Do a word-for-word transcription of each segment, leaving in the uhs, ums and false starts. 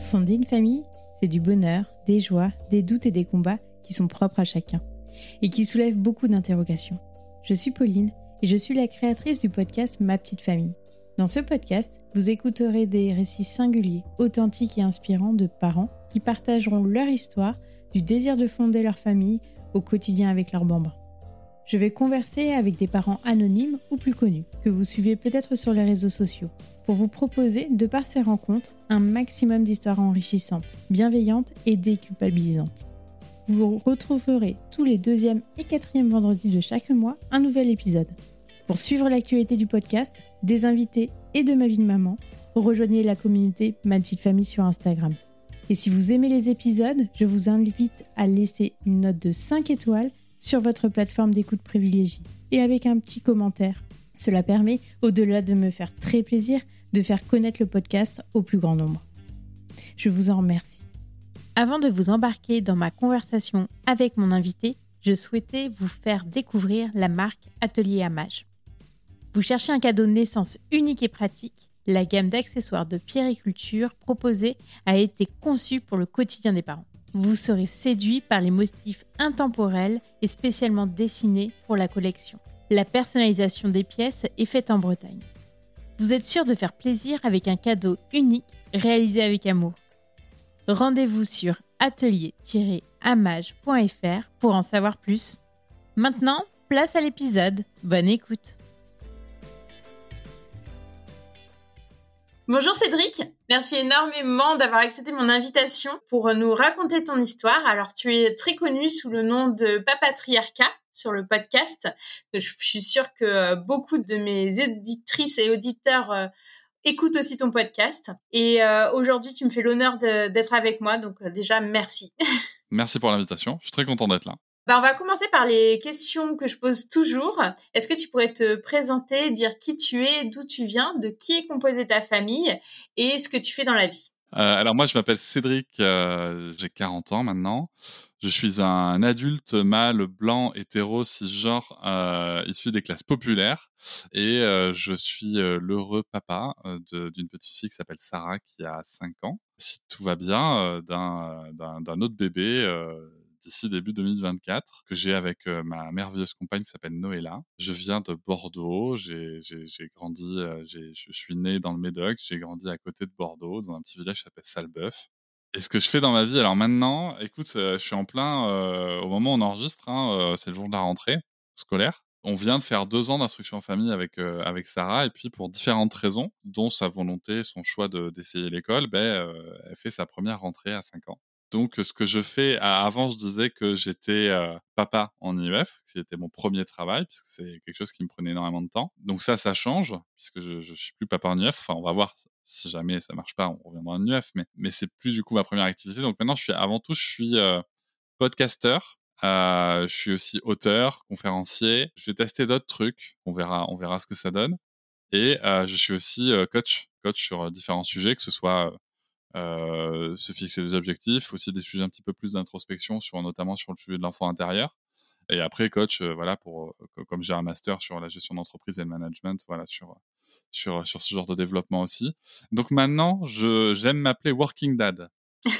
Fonder une famille, c'est du bonheur, des joies, des doutes et des combats qui sont propres à chacun et qui soulèvent beaucoup d'interrogations. Je suis Pauline et je suis la créatrice du podcast Ma Petite Famille. Dans ce podcast, vous écouterez des récits singuliers, authentiques et inspirants de parents qui partageront leur histoire du désir de fonder leur famille au quotidien avec leurs bambins. Je vais converser avec des parents anonymes ou plus connus, que vous suivez peut-être sur les réseaux sociaux, pour vous proposer, de par ces rencontres, un maximum d'histoires enrichissantes, bienveillantes et déculpabilisantes. Vous retrouverez tous les deuxième et quatrième vendredis de chaque mois un nouvel épisode. Pour suivre l'actualité du podcast, des invités et de ma vie de maman, rejoignez la communauté Ma Petite Famille sur Instagram. Et si vous aimez les épisodes, je vous invite à laisser une note de cinq étoiles sur votre plateforme d'écoute privilégiée et avec un petit commentaire. Cela permet, au-delà de me faire très plaisir, de faire connaître le podcast au plus grand nombre. Je vous en remercie. Avant de vous embarquer dans ma conversation avec mon invité, je souhaitais vous faire découvrir la marque Atelier Amage. Vous cherchez un cadeau de naissance unique et pratique? La gamme d'accessoires de pierriculture proposée a été conçue pour le quotidien des parents. Vous serez séduit par les motifs intemporels et spécialement dessinés pour la collection. La personnalisation des pièces est faite en Bretagne. Vous êtes sûr de faire plaisir avec un cadeau unique réalisé avec amour. Rendez-vous sur atelier tiret amage point f r pour en savoir plus. Maintenant, place à l'épisode. Bonne écoute. Bonjour Cédric, merci énormément d'avoir accepté mon invitation pour nous raconter ton histoire. Alors tu es très connu sous le nom de Papatriarcat sur le podcast. Je suis sûre que beaucoup de mes éditrices et auditeurs euh, écoutent aussi ton podcast. Et euh, aujourd'hui, tu me fais l'honneur de, d'être avec moi, donc euh, déjà merci. Merci pour l'invitation, je suis très content d'être là. Bah, on va commencer par les questions que je pose toujours. Est-ce que tu pourrais te présenter, dire qui tu es, d'où tu viens, de qui est composée ta famille et ce que tu fais dans la vie? Euh, alors moi, je m'appelle Cédric, euh, j'ai quarante ans maintenant. Je suis un adulte mâle blanc hétéro cisgenre euh, issu des classes populaires et euh, je suis euh, l'heureux papa euh, de, d'une petite fille qui s'appelle Sarah qui a cinq ans. Si tout va bien, euh, d'un, d'un, d'un autre bébé euh, d'ici début deux mille vingt-quatre que j'ai avec euh, ma merveilleuse compagne qui s'appelle Noëlla. Je viens de Bordeaux, j'ai, j'ai, j'ai grandi, euh, j'ai, je suis né dans le Médoc, j'ai grandi à côté de Bordeaux dans un petit village qui s'appelle Salbeuf. Et ce que je fais dans ma vie, alors maintenant, écoute, euh, je suis en plein, euh, au moment où on enregistre, hein, euh, c'est le jour de la rentrée scolaire. On vient de faire deux ans d'instruction en famille avec euh, avec Sarah, et puis pour différentes raisons, dont sa volonté, son choix de, d'essayer l'école, ben, euh, elle fait sa première rentrée à cinq ans. Donc, ce que je fais, à- avant, je disais que j'étais euh, papa en I E F, qui était mon premier travail, puisque c'est quelque chose qui me prenait énormément de temps. Donc ça, ça change, puisque je, je suis plus papa en I E F. Enfin, on va voir. Si jamais ça marche pas, on reviendra en I E F, mais mais c'est plus du coup ma première activité. Donc maintenant, je suis avant tout, je suis euh, podcasteur. Euh, je suis aussi auteur, conférencier. Je vais tester d'autres trucs. On verra, on verra ce que ça donne. Et euh, je suis aussi euh, coach, coach sur euh, différents sujets, que ce soit euh, se fixer des objectifs, aussi des sujets un petit peu plus d'introspection, sur notamment sur le sujet de l'enfant intérieur. Et après, coach, euh, voilà, pour euh, comme j'ai un master sur la gestion d'entreprise et le management, voilà, sur sur sur ce genre de développement aussi. Donc maintenant, je j'aime m'appeler Working Dad.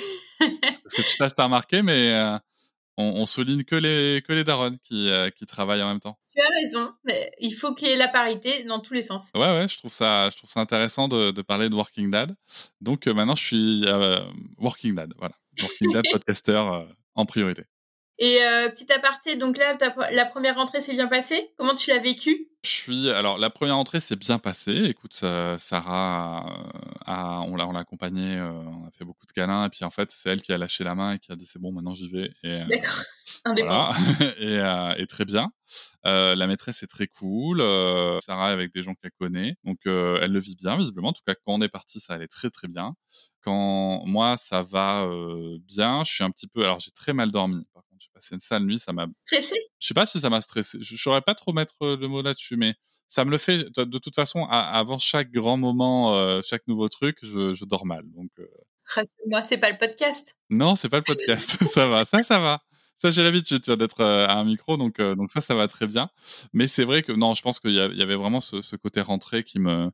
Parce que je sais pas si t'as remarqué, mais euh, on, on souligne que les que les darons qui euh, qui travaillent en même temps. Tu as raison, mais il faut qu'il y ait la parité dans tous les sens. Ouais, ouais, je trouve ça, je trouve ça intéressant de, de parler de Working Dad. Donc euh, maintenant, je suis euh, Working Dad, voilà. Working Dad, podcasteur euh, en priorité. Et euh, petit aparté, donc là, ta, la première rentrée s'est bien passée. Comment tu l'as vécue? Je suis, alors la première entrée s'est bien passée. Écoute, ça- Sarah, a, a- on l'a, on l'a accompagnée, euh, on a fait beaucoup de câlins, et puis en fait, c'est elle qui a lâché la main et qui a dit c'est bon, maintenant j'y vais. Et euh, D'accord, indépendant. voilà, et, euh, et très bien. Euh, la maîtresse est très cool. euh, Sarah est avec des gens qu'elle connaît, donc euh, elle le vit bien visiblement. En tout cas, quand on est parti, ça allait très très bien. Quand moi, ça va euh, bien, je suis un petit peu. Alors, j'ai très mal dormi. Par contre, j'ai passé une sale nuit. Ça m'a. Stressé? Je sais pas si ça m'a stressé. Je saurais pas trop mettre euh, le mot là-dessus, mais ça me le fait. De, de toute façon, à- avant chaque grand moment, euh, chaque nouveau truc, je, je dors mal. Donc, euh, Rassure-moi, c'est pas le podcast. non, c'est pas le podcast. Ça va, ça, ça va. Ça, j'ai l'habitude, tu vois, d'être euh, à un micro, donc euh, donc ça, ça va très bien. Mais c'est vrai que non, je pense qu'il y, a- il y avait vraiment ce, ce côté rentrée qui me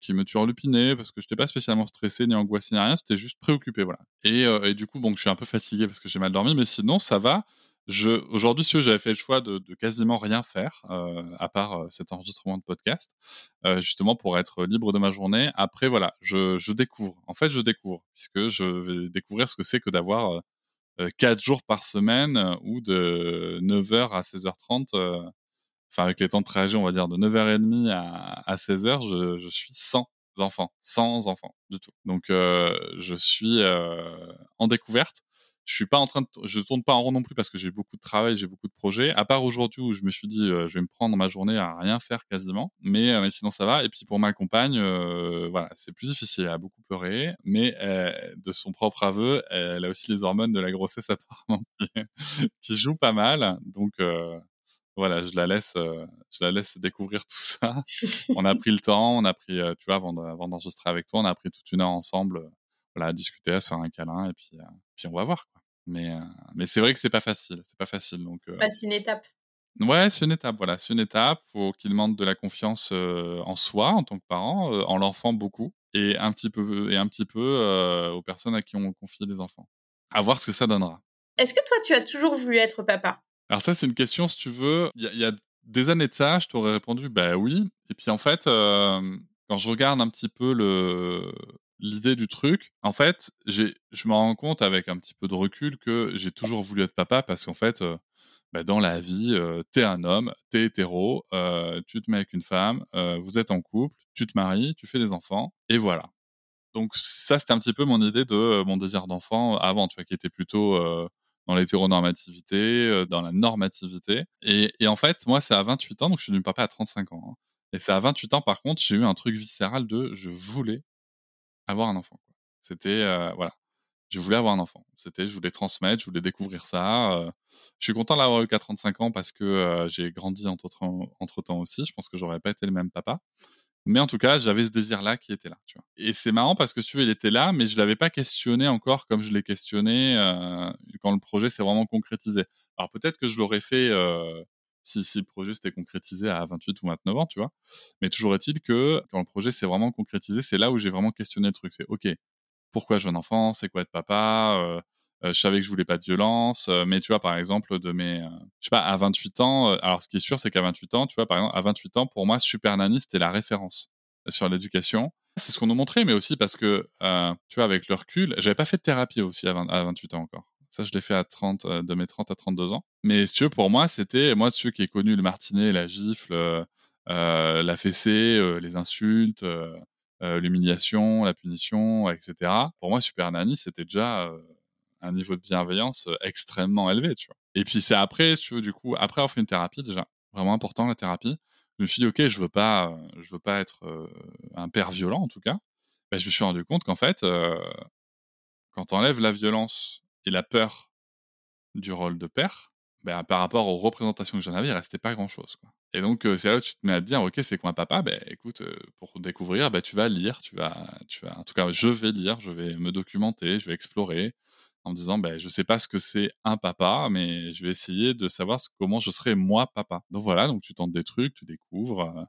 qui me turlupinait parce que j'étais pas spécialement stressé, ni angoissé, ni rien, c'était juste préoccupé, voilà. Et heu et du coup, bon, je suis un peu fatigué parce que j'ai mal dormi, mais sinon ça va. Je Aujourd'hui, si tu veux, j'avais fait le choix de de quasiment rien faire, heu, à part, heu, cet enregistrement de podcast, heu, justement pour être libre de ma journée. Après voilà, je je découvre. En fait, je découvre puisque je vais découvrir ce que c'est que d'avoir, heu heu, quatre jours par semaine, heu, ou de neuf heures à seize heures trente, heu, enfin avec les temps de trajet, on va dire de neuf heures trente à à seize heures, je je suis sans enfants, sans enfants du tout. Donc heu, je suis, heu, en découverte. Je suis pas en train de je tourne pas en rond non plus parce que j'ai beaucoup de travail, j'ai beaucoup de projets. À part aujourd'hui où je me suis dit, heu: «Je vais me prendre ma journée à rien faire quasiment», mais heu, mais sinon ça va. Et puis pour ma compagne, heu, voilà, c'est plus difficile. Elle a beaucoup pleuré, mais heu, de son propre aveu, elle a aussi les hormones de la grossesse apparemment qui qui jouent pas mal. Donc heu voilà, je la laisse, heu, je la laisse découvrir tout ça. On a pris le temps, on a pris, heu, tu vois, avant de avant d'enregistrer avec toi, on a pris toute une heure ensemble, heu, voilà, à discuter, à se faire un câlin et puis, heu, puis on va voir, quoi. Mais, heu, mais c'est vrai que c'est pas facile, c'est pas facile donc, heu Bah, c'est une étape. ouais, c'est une étape, voilà, c'est une étape. Faut qu'il demande de la confiance, heu, en soi, en tant que parent, heu, en l'enfant beaucoup et un petit peu et un petit peu, heu, aux personnes à qui on confie des enfants. À voir ce que ça donnera. Est-ce que toi, tu as toujours voulu être papa? Alors ça, c'est une question, si tu veux, il y a il y a des années de ça, je t'aurais répondu: «Bah, oui» et puis en fait, hem, quand je regarde un petit peu le l'idée du truc, en fait, j'ai je me rends compte avec un petit peu de recul que j'ai toujours voulu être papa parce qu'en fait, heu, bah, dans la vie, heu, tu es un homme, tu es hétéro, heu, tu te mets avec une femme, heu, vous êtes en couple, tu te maries, tu fais des enfants et voilà. Donc ça, c'était un petit peu mon idée de, heu, mon désir d'enfant avant, tu vois? Qui était plutôt, heu, dans l'hétéronormativité, heu, dans la normativité et et en fait, moi, c'est à vingt-huit ans, donc je suis devenu papa à trente-cinq ans, hein et c'est à vingt-huit ans, par contre, j'ai eu un truc viscéral de je voulais avoir un enfant, quoi. C'était, heu, voilà, je voulais avoir un enfant. C'était je voulais transmettre, je voulais découvrir ça, heu. Je suis content de l'avoir eu qu'à trente-cinq ans parce que, heu, j'ai grandi entre temps entre temps aussi. Je pense que j'aurais pas été le même papa. Mais en tout cas, j'avais ce désir-là qui était là, tu vois? Et c'est marrant parce que si tu veux, il était là, mais je l'avais pas questionné encore comme je l'ai questionné, heu, quand le projet s'est vraiment concrétisé. Alors peut-être que je l'aurais fait, heu, si si le projet s'était concrétisé à vingt-huit ou vingt-neuf ans, tu vois? Mais toujours est-il que quand le projet s'est vraiment concrétisé, c'est là où j'ai vraiment questionné le truc. C'est: «OK, pourquoi je veux un enfant? C'est quoi être papa?» heu heu, je savais que je voulais pas de violence, heu, mais tu vois, par exemple, de mes, heu, je sais pas, à vingt-huit ans, heu, alors ce qui est sûr, c'est qu'à vingt-huit ans, tu vois, par exemple, à vingt-huit ans, pour moi, Super Nanny, c'était la référence sur l'éducation. C'est ce qu'on nous montrait, mais aussi parce que, heu, tu vois, avec le recul, j'avais pas fait de thérapie aussi à vingt à vingt-huit ans encore. Ça, je l'ai fait à trente, heu, de mes trente à trente-deux ans. Mais si tu veux, pour moi, c'était moi, ceux qui ai connu le martinet, la gifle, heu heu, la fessée, heu, les insultes, heu heu, l'humiliation, la punition, et cetera. Pour moi, Super Nanny, c'était déjà, heu, un niveau de bienveillance, heu, extrêmement élevé, tu vois? Et puis c'est après, si tu veux, du coup, après avoir fait une thérapie déjà, vraiment important la thérapie, je me suis dit: «OK, je veux pas, heu, je veux pas être, heu, un père violent en tout cas». Bah, je me suis rendu compte qu'en fait, heu, quand tu enlèves la violence et la peur du rôle de père, bah, par rapport aux représentations que j'en avais, il restait pas grand-chose, quoi. Et donc heu, c'est là où tu te mets à te dire: «OK, c'est quoi un papa?» Beh, écoute, heu, pour découvrir, bah, tu vas lire, tu vas tu vas en tout cas, je vais lire, je vais me documenter, je vais explorer en me disant: «Beh, je sais pas ce que c'est un papa, mais je vais essayer de savoir ce comment je serais moi papa». Donc voilà, donc tu tentes des trucs, tu découvres, heu,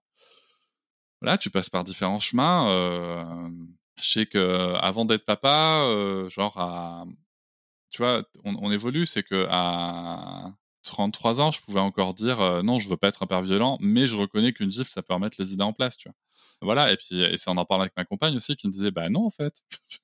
voilà, tu passes par différents chemins, hem, je sais qu'avant d'être papa, heu, genre à tu vois, on on évolue, c'est qu'à trente-trois ans, je pouvais encore dire, heu: «Non, je veux pas être un père violent», mais je reconnais qu'une gifle, ça peut remettre les idées en place, tu vois? Voilà et puis et c'est en en parlant avec ma compagne aussi qui me disait: «Bah non, en fait».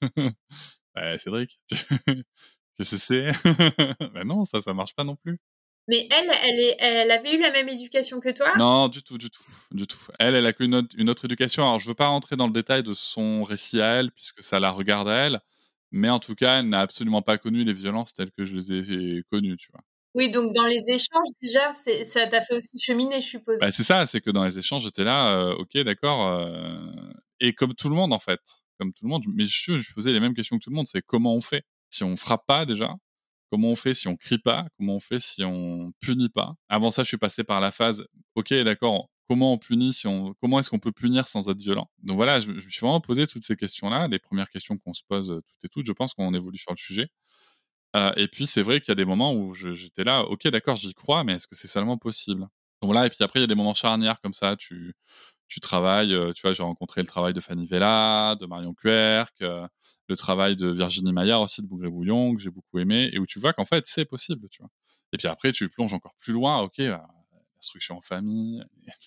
«Bah Cédric, qu'est-ce que c'est?» «Bah non, ça, ça marche pas non plus». Mais elle, elle est elle avait eu la même éducation que toi? Non, du tout, du tout, du tout. Elle, elle a qu'une autre une autre éducation. Alors je veux pas rentrer dans le détail de son récit à elle, puisque ça la regarde à elle, mais en tout cas, elle n'a absolument pas connu les violences telles que je les ai connues, tu vois? Oui, donc dans les échanges déjà, c'est ça t'a fait aussi cheminer, je suppose? Bah, c'est ça, c'est que dans les échanges, j'étais là, heu, OK, d'accord, heu et comme tout le monde, en fait, comme tout le monde, mais je je posais les mêmes questions que tout le monde, c'est: «Comment on fait? Si on frappe pas déjà? Comment on fait si on crie pas? Comment on fait si on punit pas?» Avant ça, je suis passé par la phase: «OK, d'accord, comment on punit si on comment est-ce qu'on peut punir sans être violent?» Donc voilà, je me je me suis vraiment posé toutes ces questions-là, les premières questions qu'on se pose, heu, toutes et toutes, je pense, quand on évolue sur le sujet. Heu et puis c'est vrai qu'il y a des moments où je j'étais là: «OK, d'accord, j'y crois, mais est-ce que c'est seulement possible?» Donc voilà et puis après il y a des moments charnières comme ça, tu tu travailles, euh, tu vois, j'ai rencontré le travail de Fanny Vella, de Marion Querc, euh, le travail de Virginie Maillard aussi, de Bougré-Bouillon, que j'ai beaucoup aimé, et où tu vois qu'en fait, c'est possible, tu vois. Et puis après, tu plonges encore plus loin, ok, euh, l'instruction en famille,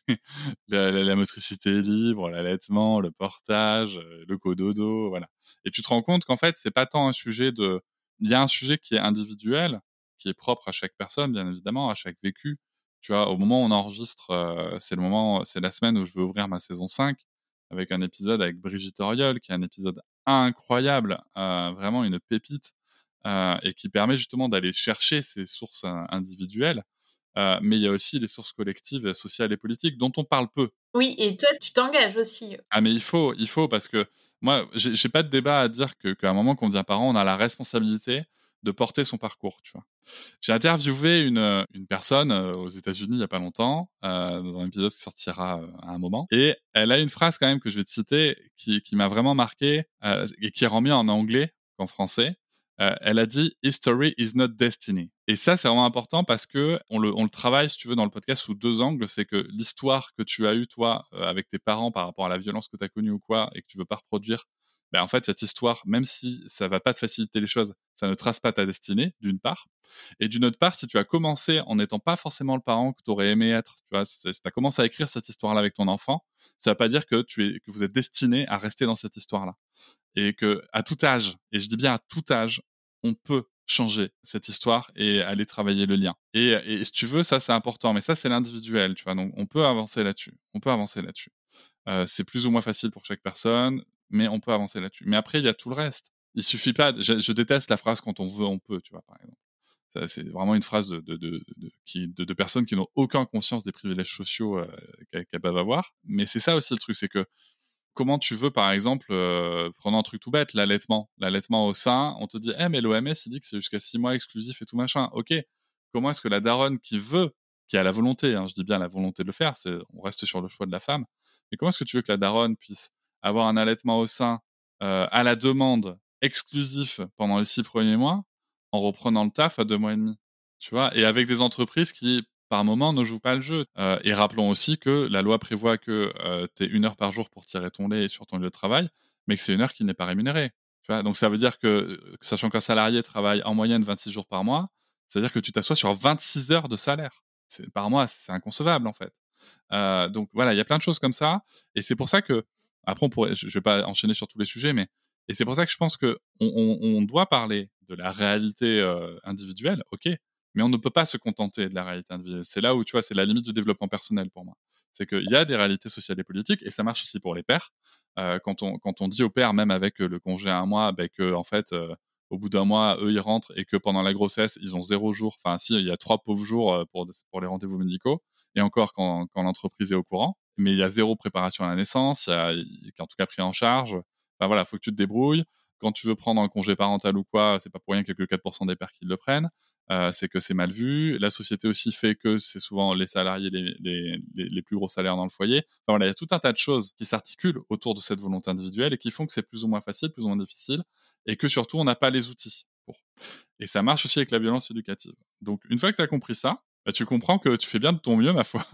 la, la, la motricité libre, l'allaitement, le portage, euh, le cododo, voilà. Et tu te rends compte qu'en fait, c'est pas tant un sujet de... Il y a un sujet qui est individuel, qui est propre à chaque personne, bien évidemment, à chaque vécu. Tu vois, au moment où on enregistre, euh, c'est le moment, c'est la semaine où je vais ouvrir ma saison cinq, avec un épisode avec Brigitte Auriol, qui est un épisode incroyable, euh, vraiment une pépite, euh, et qui permet justement d'aller chercher ces sources euh, individuelles. Euh, mais il y a aussi les sources collectives, sociales et politiques dont on parle peu. Oui, et toi, tu t'engages aussi. Ah, mais il faut, il faut, parce que moi, j'ai, j'ai pas de débat à dire que, qu'à un moment qu'on devient parent, on a la responsabilité de porter son parcours, tu vois. J'ai interviewé une, euh, une personne euh, aux États-Unis il y a pas longtemps, euh, dans un épisode qui sortira euh, à un moment, et elle a une phrase quand même que je vais te citer qui, qui m'a vraiment marqué, euh, et qui est mieux en anglais qu'en français. Euh, elle a dit "History is not destiny". Et ça, c'est vraiment important parce que on le, on le travaille, si tu veux, dans le podcast sous deux angles. C'est que l'histoire que tu as eue, toi, euh, avec tes parents par rapport à la violence que tu as connue ou quoi, et que tu veux pas reproduire, ben, en fait, cette histoire, même si ça va pas te faciliter les choses, ça ne trace pas ta destinée, d'une part. Et d'une autre part, si tu as commencé en n'étant pas forcément le parent que tu aurais aimé être, tu vois, si tu as commencé à écrire cette histoire-là avec ton enfant, ça ne veut pas dire que tu es, que vous êtes destiné à rester dans cette histoire-là. Et que, à tout âge, et je dis bien à tout âge, on peut changer cette histoire et aller travailler le lien. Et, et si tu veux, ça, c'est important. Mais ça, c'est l'individuel, tu vois. Donc, on peut avancer là-dessus. On peut avancer là-dessus. Euh, c'est plus ou moins facile pour chaque personne, mais on peut avancer là-dessus. Mais après, il y a tout le reste. Il suffit pas. De, je, je déteste la phrase "quand on veut, on peut", tu vois, par exemple. Ça, c'est vraiment une phrase de, de, de, de, qui, de, de personnes qui n'ont aucune conscience des privilèges sociaux euh, qu'elles, qu'elles peuvent avoir. Mais c'est ça aussi le truc, c'est que comment tu veux, par exemple, euh, prenons un truc tout bête, l'allaitement. L'allaitement au sein, on te dit, eh, mais l'O M S, il dit que c'est jusqu'à six mois exclusif et tout machin. Ok, comment est-ce que la daronne qui veut, qui a la volonté, hein, je dis bien la volonté de le faire, c'est, on reste sur le choix de la femme, mais comment est-ce que tu veux que la daronne puisse avoir un allaitement au sein euh, à la demande exclusif pendant les six premiers mois en reprenant le taf à deux mois et demi, tu vois, et avec des entreprises qui par moment ne jouent pas le jeu. Euh, et rappelons aussi que la loi prévoit que euh, tu aies une heure par jour pour tirer ton lait sur ton lieu de travail, mais que c'est une heure qui n'est pas rémunérée. Tu vois, donc ça veut dire que, sachant qu'un salarié travaille en moyenne vingt-six jours par mois, c'est-à-dire que tu t'assois sur vingt-six heures de salaire. C'est, par mois, c'est inconcevable en fait. Euh, donc voilà, il y a plein de choses comme ça. Et c'est pour ça que, après, on pourrait, je ne vais pas enchaîner sur tous les sujets, mais et c'est pour ça que je pense que on, on, on doit parler de la réalité euh, individuelle, ok, mais on ne peut pas se contenter de la réalité individuelle. C'est là où, tu vois, c'est la limite du développement personnel pour moi. C'est qu'il y a des réalités sociales et politiques, et ça marche aussi pour les pères. Euh, quand, on, quand on dit aux pères, même avec le congé à un mois, ben que, en fait, euh, au bout d'un mois, eux, ils rentrent, et que pendant la grossesse, ils ont zéro jour, enfin, si, il y a trois pauvres jours pour, pour les rendez-vous médicaux, et encore quand, quand l'entreprise est au courant, mais il y a zéro préparation à la naissance, il y a, qui est en tout cas pris en charge. Enfin voilà, faut que tu te débrouilles. Quand tu veux prendre un congé parental ou quoi, c'est pas pour rien qu'il y a que quatre pour cent des pères qui le prennent. Euh, c'est que c'est mal vu. La société aussi fait que c'est souvent les salariés les, les, les, les plus gros salaires dans le foyer. Enfin voilà, il y a tout un tas de choses qui s'articulent autour de cette volonté individuelle et qui font que c'est plus ou moins facile, plus ou moins difficile, et que surtout on n'a pas les outils pour. Et ça marche aussi avec la violence éducative. Donc une fois que tu as compris ça, bah, tu comprends que tu fais bien de ton mieux, ma foi,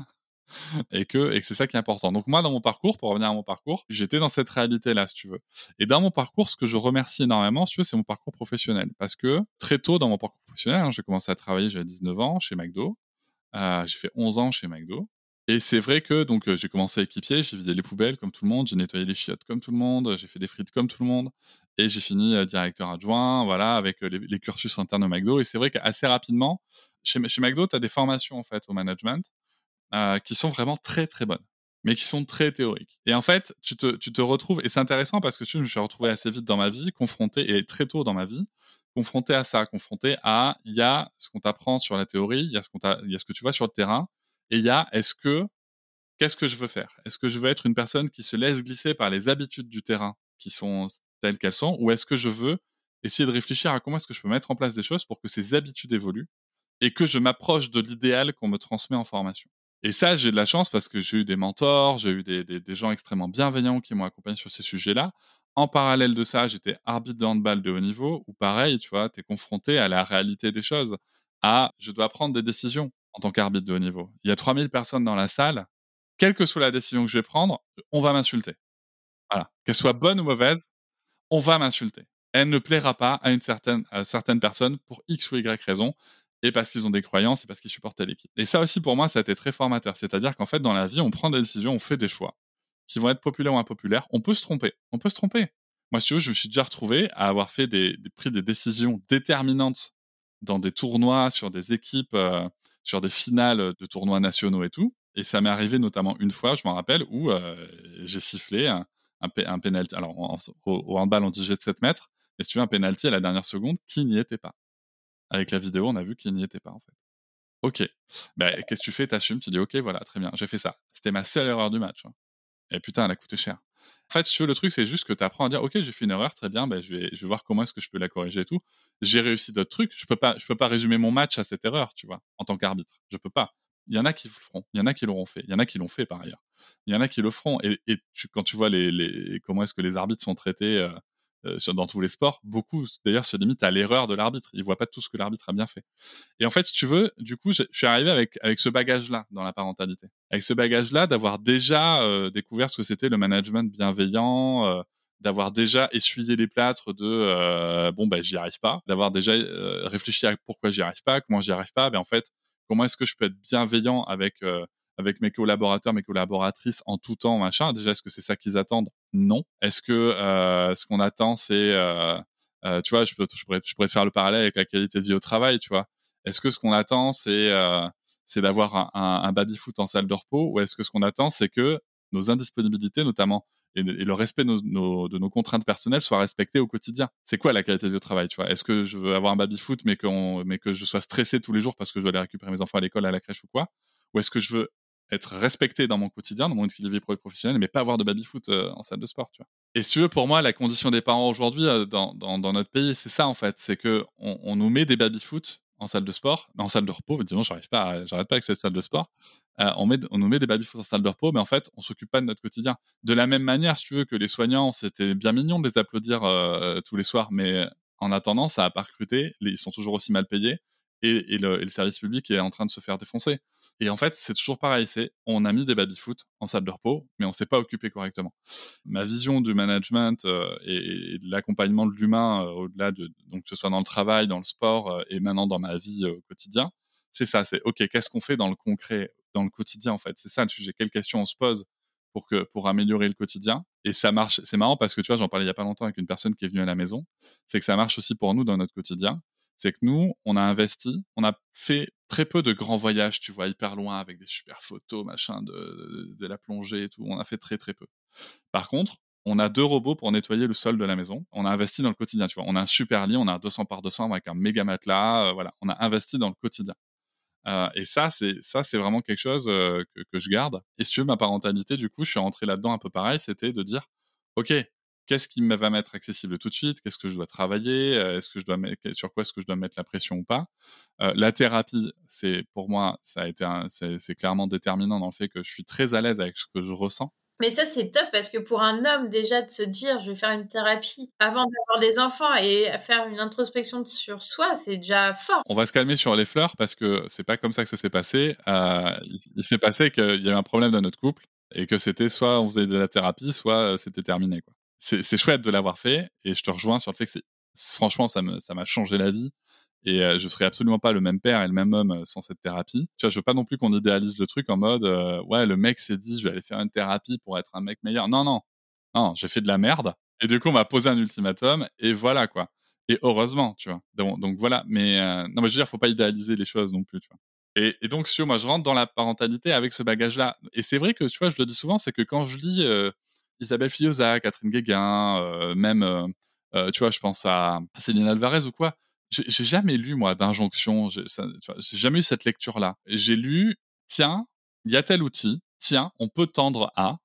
et que, et que c'est ça qui est important. Donc moi, dans mon parcours, pour revenir à mon parcours, j'étais dans cette réalité-là, si tu veux. Et dans mon parcours, ce que je remercie énormément, si tu veux, c'est mon parcours professionnel. Parce que très tôt dans mon parcours professionnel, hein, j'ai commencé à travailler, j'avais dix-neuf ans, chez McDo. Euh, j'ai fait onze ans chez McDo. Et c'est vrai que donc euh, j'ai commencé équipier, j'ai vidé les poubelles comme tout le monde, j'ai nettoyé les chiottes comme tout le monde, j'ai fait des frites comme tout le monde, et j'ai fini euh, directeur adjoint, voilà, avec euh, les, les cursus internes au McDo. Et c'est vrai qu'assez rapidement, chez, chez McDo, tu as des formations en fait au management euh, qui sont vraiment très très bonnes, mais qui sont très théoriques. Et en fait, tu te, tu te retrouves, et c'est intéressant parce que tu, je me suis retrouvé assez vite dans ma vie, confronté, et très tôt dans ma vie, confronté à ça, confronté à, il y a ce qu'on t'apprend sur la théorie, il y a ce qu'on t'a, il y a ce que tu vois sur le terrain, et il y a, est-ce que, qu'est-ce que je veux faire? Est-ce que je veux être une personne qui se laisse glisser par les habitudes du terrain, qui sont telles qu'elles sont, ou est-ce que je veux essayer de réfléchir à comment est-ce que je peux mettre en place des choses pour que ces habitudes évoluent, et que je m'approche de l'idéal qu'on me transmet en formation? Et ça, j'ai de la chance parce que j'ai eu des mentors, j'ai eu des, des, des gens extrêmement bienveillants qui m'ont accompagné sur ces sujets-là. En parallèle de ça, j'étais arbitre de handball de haut niveau, où pareil, tu vois, t'es confronté à la réalité des choses, à je dois prendre des décisions en tant qu'arbitre de haut niveau. Il y a trois mille personnes dans la salle, quelle que soit la décision que je vais prendre, on va m'insulter. Voilà, qu'elle soit bonne ou mauvaise, on va m'insulter. Elle ne plaira pas à une certaine à certaines personnes pour X ou Y raison et parce qu'ils ont des croyances et parce qu'ils supportent telle équipe. Et ça aussi pour moi, ça a été très formateur. C'est-à-dire qu'en fait, dans la vie, on prend des décisions, on fait des choix qui vont être populaires ou impopulaires. On peut se tromper, on peut se tromper. Moi, si tu veux, je me suis déjà retrouvé à avoir fait des des pris des décisions déterminantes dans des tournois, sur des équipes, heu, sur des finales, de tournois nationaux et tout. Et ça m'est arrivé notamment une fois, je m'en rappelle, où, heu, j'ai sifflé un un pé un pénalty. Alors en au au handball, on dit jet de sept mètres, mais si tu veux, un pénalty à la dernière seconde qui n'y était pas. Avec la vidéo, on a vu qu'il n'y était pas, en fait. OK. Bah, qu'est-ce que tu fais? Tu assumes, tu dis: «OK, voilà, très bien, j'ai fait ça. C'était ma seule erreur du match, hein». Et putain, elle a coûté cher. En fait, si tu veux, le truc, c'est juste que tu apprends à dire: «OK, j'ai fait une erreur, très bien, bah, je vais je vais voir comment est-ce que je peux la corriger et tout». J'ai réussi d'autres trucs, je peux pas je peux pas résumer mon match à cette erreur, tu vois? En tant qu'arbitre, je peux pas. Il y en a qui le feront, il y en a qui l'auront fait, il y en a qui l'ont fait par ailleurs. Il y en a qui le feront et et tu quand tu vois les les comment est-ce que les arbitres sont traités, heu heu, sur dans tous les sports, beaucoup d'ailleurs se limitent à l'erreur de l'arbitre. Ils voient pas tout ce que l'arbitre a bien fait. Et en fait, si tu veux, du coup, je, je suis arrivé avec avec ce bagage-là dans la parentalité, avec ce bagage-là d'avoir déjà euh, découvert ce que c'était le management bienveillant, euh, d'avoir déjà essuyé les plâtres de euh, bon ben j'y arrive pas, d'avoir déjà euh, réfléchi à pourquoi j'y arrive pas, comment j'y arrive pas, ben en fait comment est-ce que je peux être bienveillant avec euh, avec mes collaborateurs, mes collaboratrices en tout temps, machin. Déjà, est-ce que c'est ça qu'ils attendent? Non. Est-ce que euh, ce qu'on attend, c'est euh, euh, tu vois, je, peux, je, pourrais, je pourrais faire le parallèle avec la qualité de vie au travail, tu vois. Est-ce que ce qu'on attend, c'est euh, c'est d'avoir un, un, un baby-foot en salle de repos, ou est-ce que ce qu'on attend, c'est que nos indisponibilités, notamment, et, et le respect de nos, nos, de nos contraintes personnelles soient respectés au quotidien? C'est quoi la qualité de vie au travail, tu vois? Est-ce que je veux avoir un baby-foot, mais, qu'on, mais que je sois stressé tous les jours parce que je dois aller récupérer mes enfants à l'école, à la crèche ou quoi? Ou est-ce que je veux être respecté dans mon quotidien, dans mon équilibre vie pro et professionnel, mais pas avoir de baby-foot euh, en salle de sport, tu vois? Et si tu veux, pour moi, la condition des parents aujourd'hui euh, dans, dans, dans notre pays, c'est ça en fait, c'est que on, on nous met des baby-foot en salle de sport, en salle de repos. Mais disons, j'arrive pas, à- j'arrête pas avec cette salle de sport. Euh, on, met, on nous met des baby-foot en salle de repos, mais en fait, on s'occupe pas de notre quotidien. De la même manière, si tu veux, que les soignants, c'était bien mignon de les applaudir euh, tous les soirs, mais en attendant, ça a pas recruté. Les- Ils sont toujours aussi mal payés et, et, le, et le service public est en train de se faire défoncer. Et en fait, c'est toujours pareil. C'est on a mis des baby-foot en salle de repos, mais on s'est pas occupé correctement. Ma vision du management euh, et, et de l'accompagnement de l'humain euh, au-delà de donc que ce soit dans le travail, dans le sport euh, et maintenant dans ma vie euh, au quotidien, c'est ça. C'est ok, qu'est-ce qu'on fait dans le concret, dans le quotidien en fait. C'est ça le sujet. Quelles questions on se pose pour que pour améliorer le quotidien? Et ça marche. C'est marrant parce que tu vois, j'en parlais il y a pas longtemps avec une personne qui est venue à la maison. C'est que ça marche aussi pour nous dans notre quotidien. C'est que nous, on a investi, on a fait très peu de grands voyages, tu vois, hyper loin avec des super photos, machin, de, de, de la plongée et tout. On a fait très très peu. Par contre, on a deux robots pour nettoyer le sol de la maison. On a investi dans le quotidien, tu vois. On a un super lit, on a un deux cents par deux cents avec un méga matelas, euh, voilà. On a investi dans le quotidien. Euh, et ça, c'est ça, c'est vraiment quelque chose euh, que, que je garde. Et si tu veux, ma parentalité, du coup, je suis rentré là-dedans un peu pareil. C'était de dire, ok, qu'est-ce qui me va m'être accessible tout de suite? Qu'est-ce que je dois travailler? Euh, Est-ce que je dois mettre, sur quoi est-ce que je dois mettre la pression ou pas? Euh, la thérapie, c'est pour moi, ça a été, un, c'est, c'est clairement déterminant dans le fait que je suis très à l'aise avec ce que je ressens. Mais ça, c'est top parce que pour un homme, déjà, de se dire, je vais faire une thérapie avant d'avoir des enfants et faire une introspection sur soi, c'est déjà fort. On va se calmer sur les fleurs parce que c'est pas comme ça que ça s'est passé. Euh, il, il s'est passé qu'il y a eu un problème dans notre couple et que c'était soit on faisait de la thérapie, soit euh, c'était terminé, quoi. C'est, c'est chouette de l'avoir fait et je te rejoins sur le fait que c'est, franchement, ça me, ça m'a changé la vie et euh, je serais absolument pas le même père et le même homme euh, sans cette thérapie. Tu vois, je veux pas non plus qu'on idéalise le truc en mode, euh, ouais, le mec s'est dit, je vais aller faire une thérapie pour être un mec meilleur. Non, non, non, j'ai fait de la merde et du coup, on m'a posé un ultimatum et voilà, quoi. Et heureusement, tu vois. Donc, donc voilà. Mais euh, non, mais je veux dire, faut pas idéaliser les choses non plus, tu vois. Et, et donc, si tu vois, moi, je rentre dans la parentalité avec ce bagage-là. Et c'est vrai que, tu vois, je le dis souvent, c'est que quand je lis euh, Isabelle Fillosa, Catherine Guéguin, euh, même, euh, euh, tu vois, je pense à Céline Alvarez ou quoi, j'ai, j'ai jamais lu, moi, d'injonction. J'ai, ça, tu vois, j'ai jamais eu cette lecture-là. J'ai lu, tiens, il y a tel outil, tiens, on peut tendre à,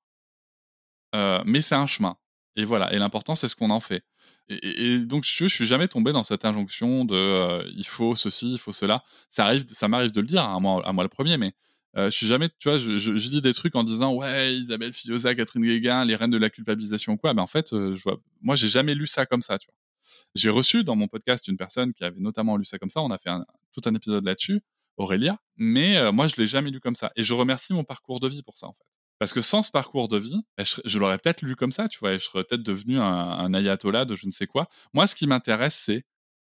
euh, mais c'est un chemin. Et voilà. Et l'important, c'est ce qu'on en fait. Et, et, et donc, je, je suis jamais tombé dans cette injonction de euh, il faut ceci, il faut cela. Ça arrive, ça m'arrive de le dire, hein, à moi, à moi le premier, mais euh, je suis jamais, tu vois, je, je, je lis des trucs en disant ouais, Isabelle Fillosa, Catherine Guéguin, les reines de la culpabilisation, quoi. Mais en fait, euh, je vois, moi, j'ai jamais lu ça comme ça, tu vois. J'ai reçu dans mon podcast une personne qui avait notamment lu ça comme ça. On a fait un, tout un épisode là-dessus, Aurélia. Mais euh, moi, je l'ai jamais lu comme ça. Et je remercie mon parcours de vie pour ça, en fait. Parce que sans ce parcours de vie, bah, je, je l'aurais peut-être lu comme ça, tu vois, et je serais peut-être devenu un, un ayatollah de je ne sais quoi. Moi, ce qui m'intéresse, c'est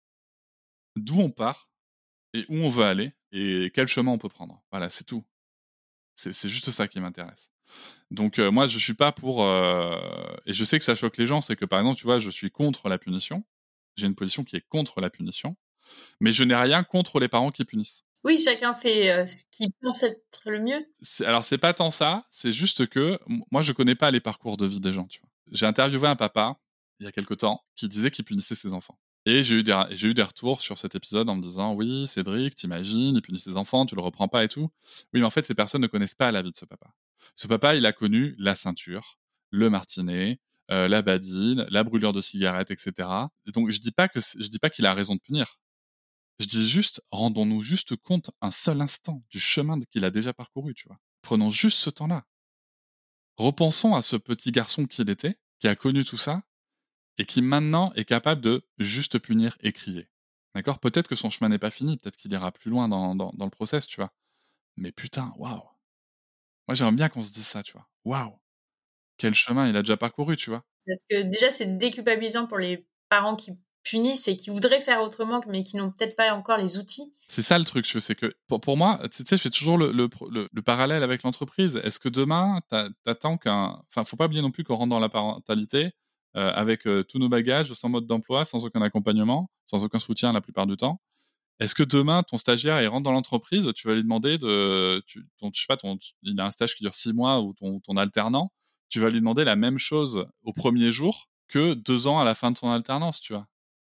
d'où on part et où on veut aller et quel chemin on peut prendre. Voilà, c'est tout. C'est, c'est juste ça qui m'intéresse. Donc euh, moi, je suis pas pour... euh, et je sais que ça choque les gens, c'est que par exemple, tu vois, je suis contre la punition. J'ai une position qui est contre la punition, mais je n'ai rien contre les parents qui punissent. Oui, chacun fait euh, ce qu'il pense être le mieux. C'est, alors, c'est pas tant ça, c'est juste que m- moi, je connais pas les parcours de vie des gens, tu vois. J'ai interviewé un papa, il y a quelque temps, qui disait qu'il punissait ses enfants. Et j'ai eu, des, j'ai eu des retours sur cet épisode en me disant « Oui, Cédric, t'imagines, il punit ses enfants, tu le reprends pas et tout. » Oui, mais en fait, ces personnes ne connaissent pas la vie de ce papa. Ce papa, il a connu la ceinture, le martinet, euh, la badine, la brûlure de cigarette, et cetera. Et donc, je dis pas que je dis pas qu'il a raison de punir. Je dis juste, rendons-nous juste compte un seul instant du chemin qu'il a déjà parcouru, tu vois. Prenons juste ce temps-là. Repensons à ce petit garçon qu'il était, qui a connu tout ça, et qui maintenant est capable de juste punir et crier. D'accord? Peut-être que son chemin n'est pas fini, peut-être qu'il ira plus loin dans, dans, dans le process, tu vois. Mais putain, waouh! Moi, j'aimerais bien qu'on se dise ça, tu vois. Waouh! Quel chemin il a déjà parcouru, tu vois. Parce que déjà, c'est déculpabilisant pour les parents qui punissent et qui voudraient faire autrement, mais qui n'ont peut-être pas encore les outils. C'est ça le truc, tu vois, c'est que pour, pour moi, tu sais, je fais toujours le, le, le, le parallèle avec l'entreprise. Est-ce que demain, t'a- t'attends qu'un... Enfin, faut pas oublier non plus qu'on rentre dans la parentalité euh, avec euh, tous nos bagages, sans mode d'emploi, sans aucun accompagnement, sans aucun soutien la plupart du temps. Est-ce que demain, ton stagiaire, il rentre dans l'entreprise, tu vas lui demander de... Tu, ton, je sais pas, ton, il a un stage qui dure six mois ou ton, ton alternant, tu vas lui demander la même chose au premier jour que deux ans à la fin de ton alternance, tu vois.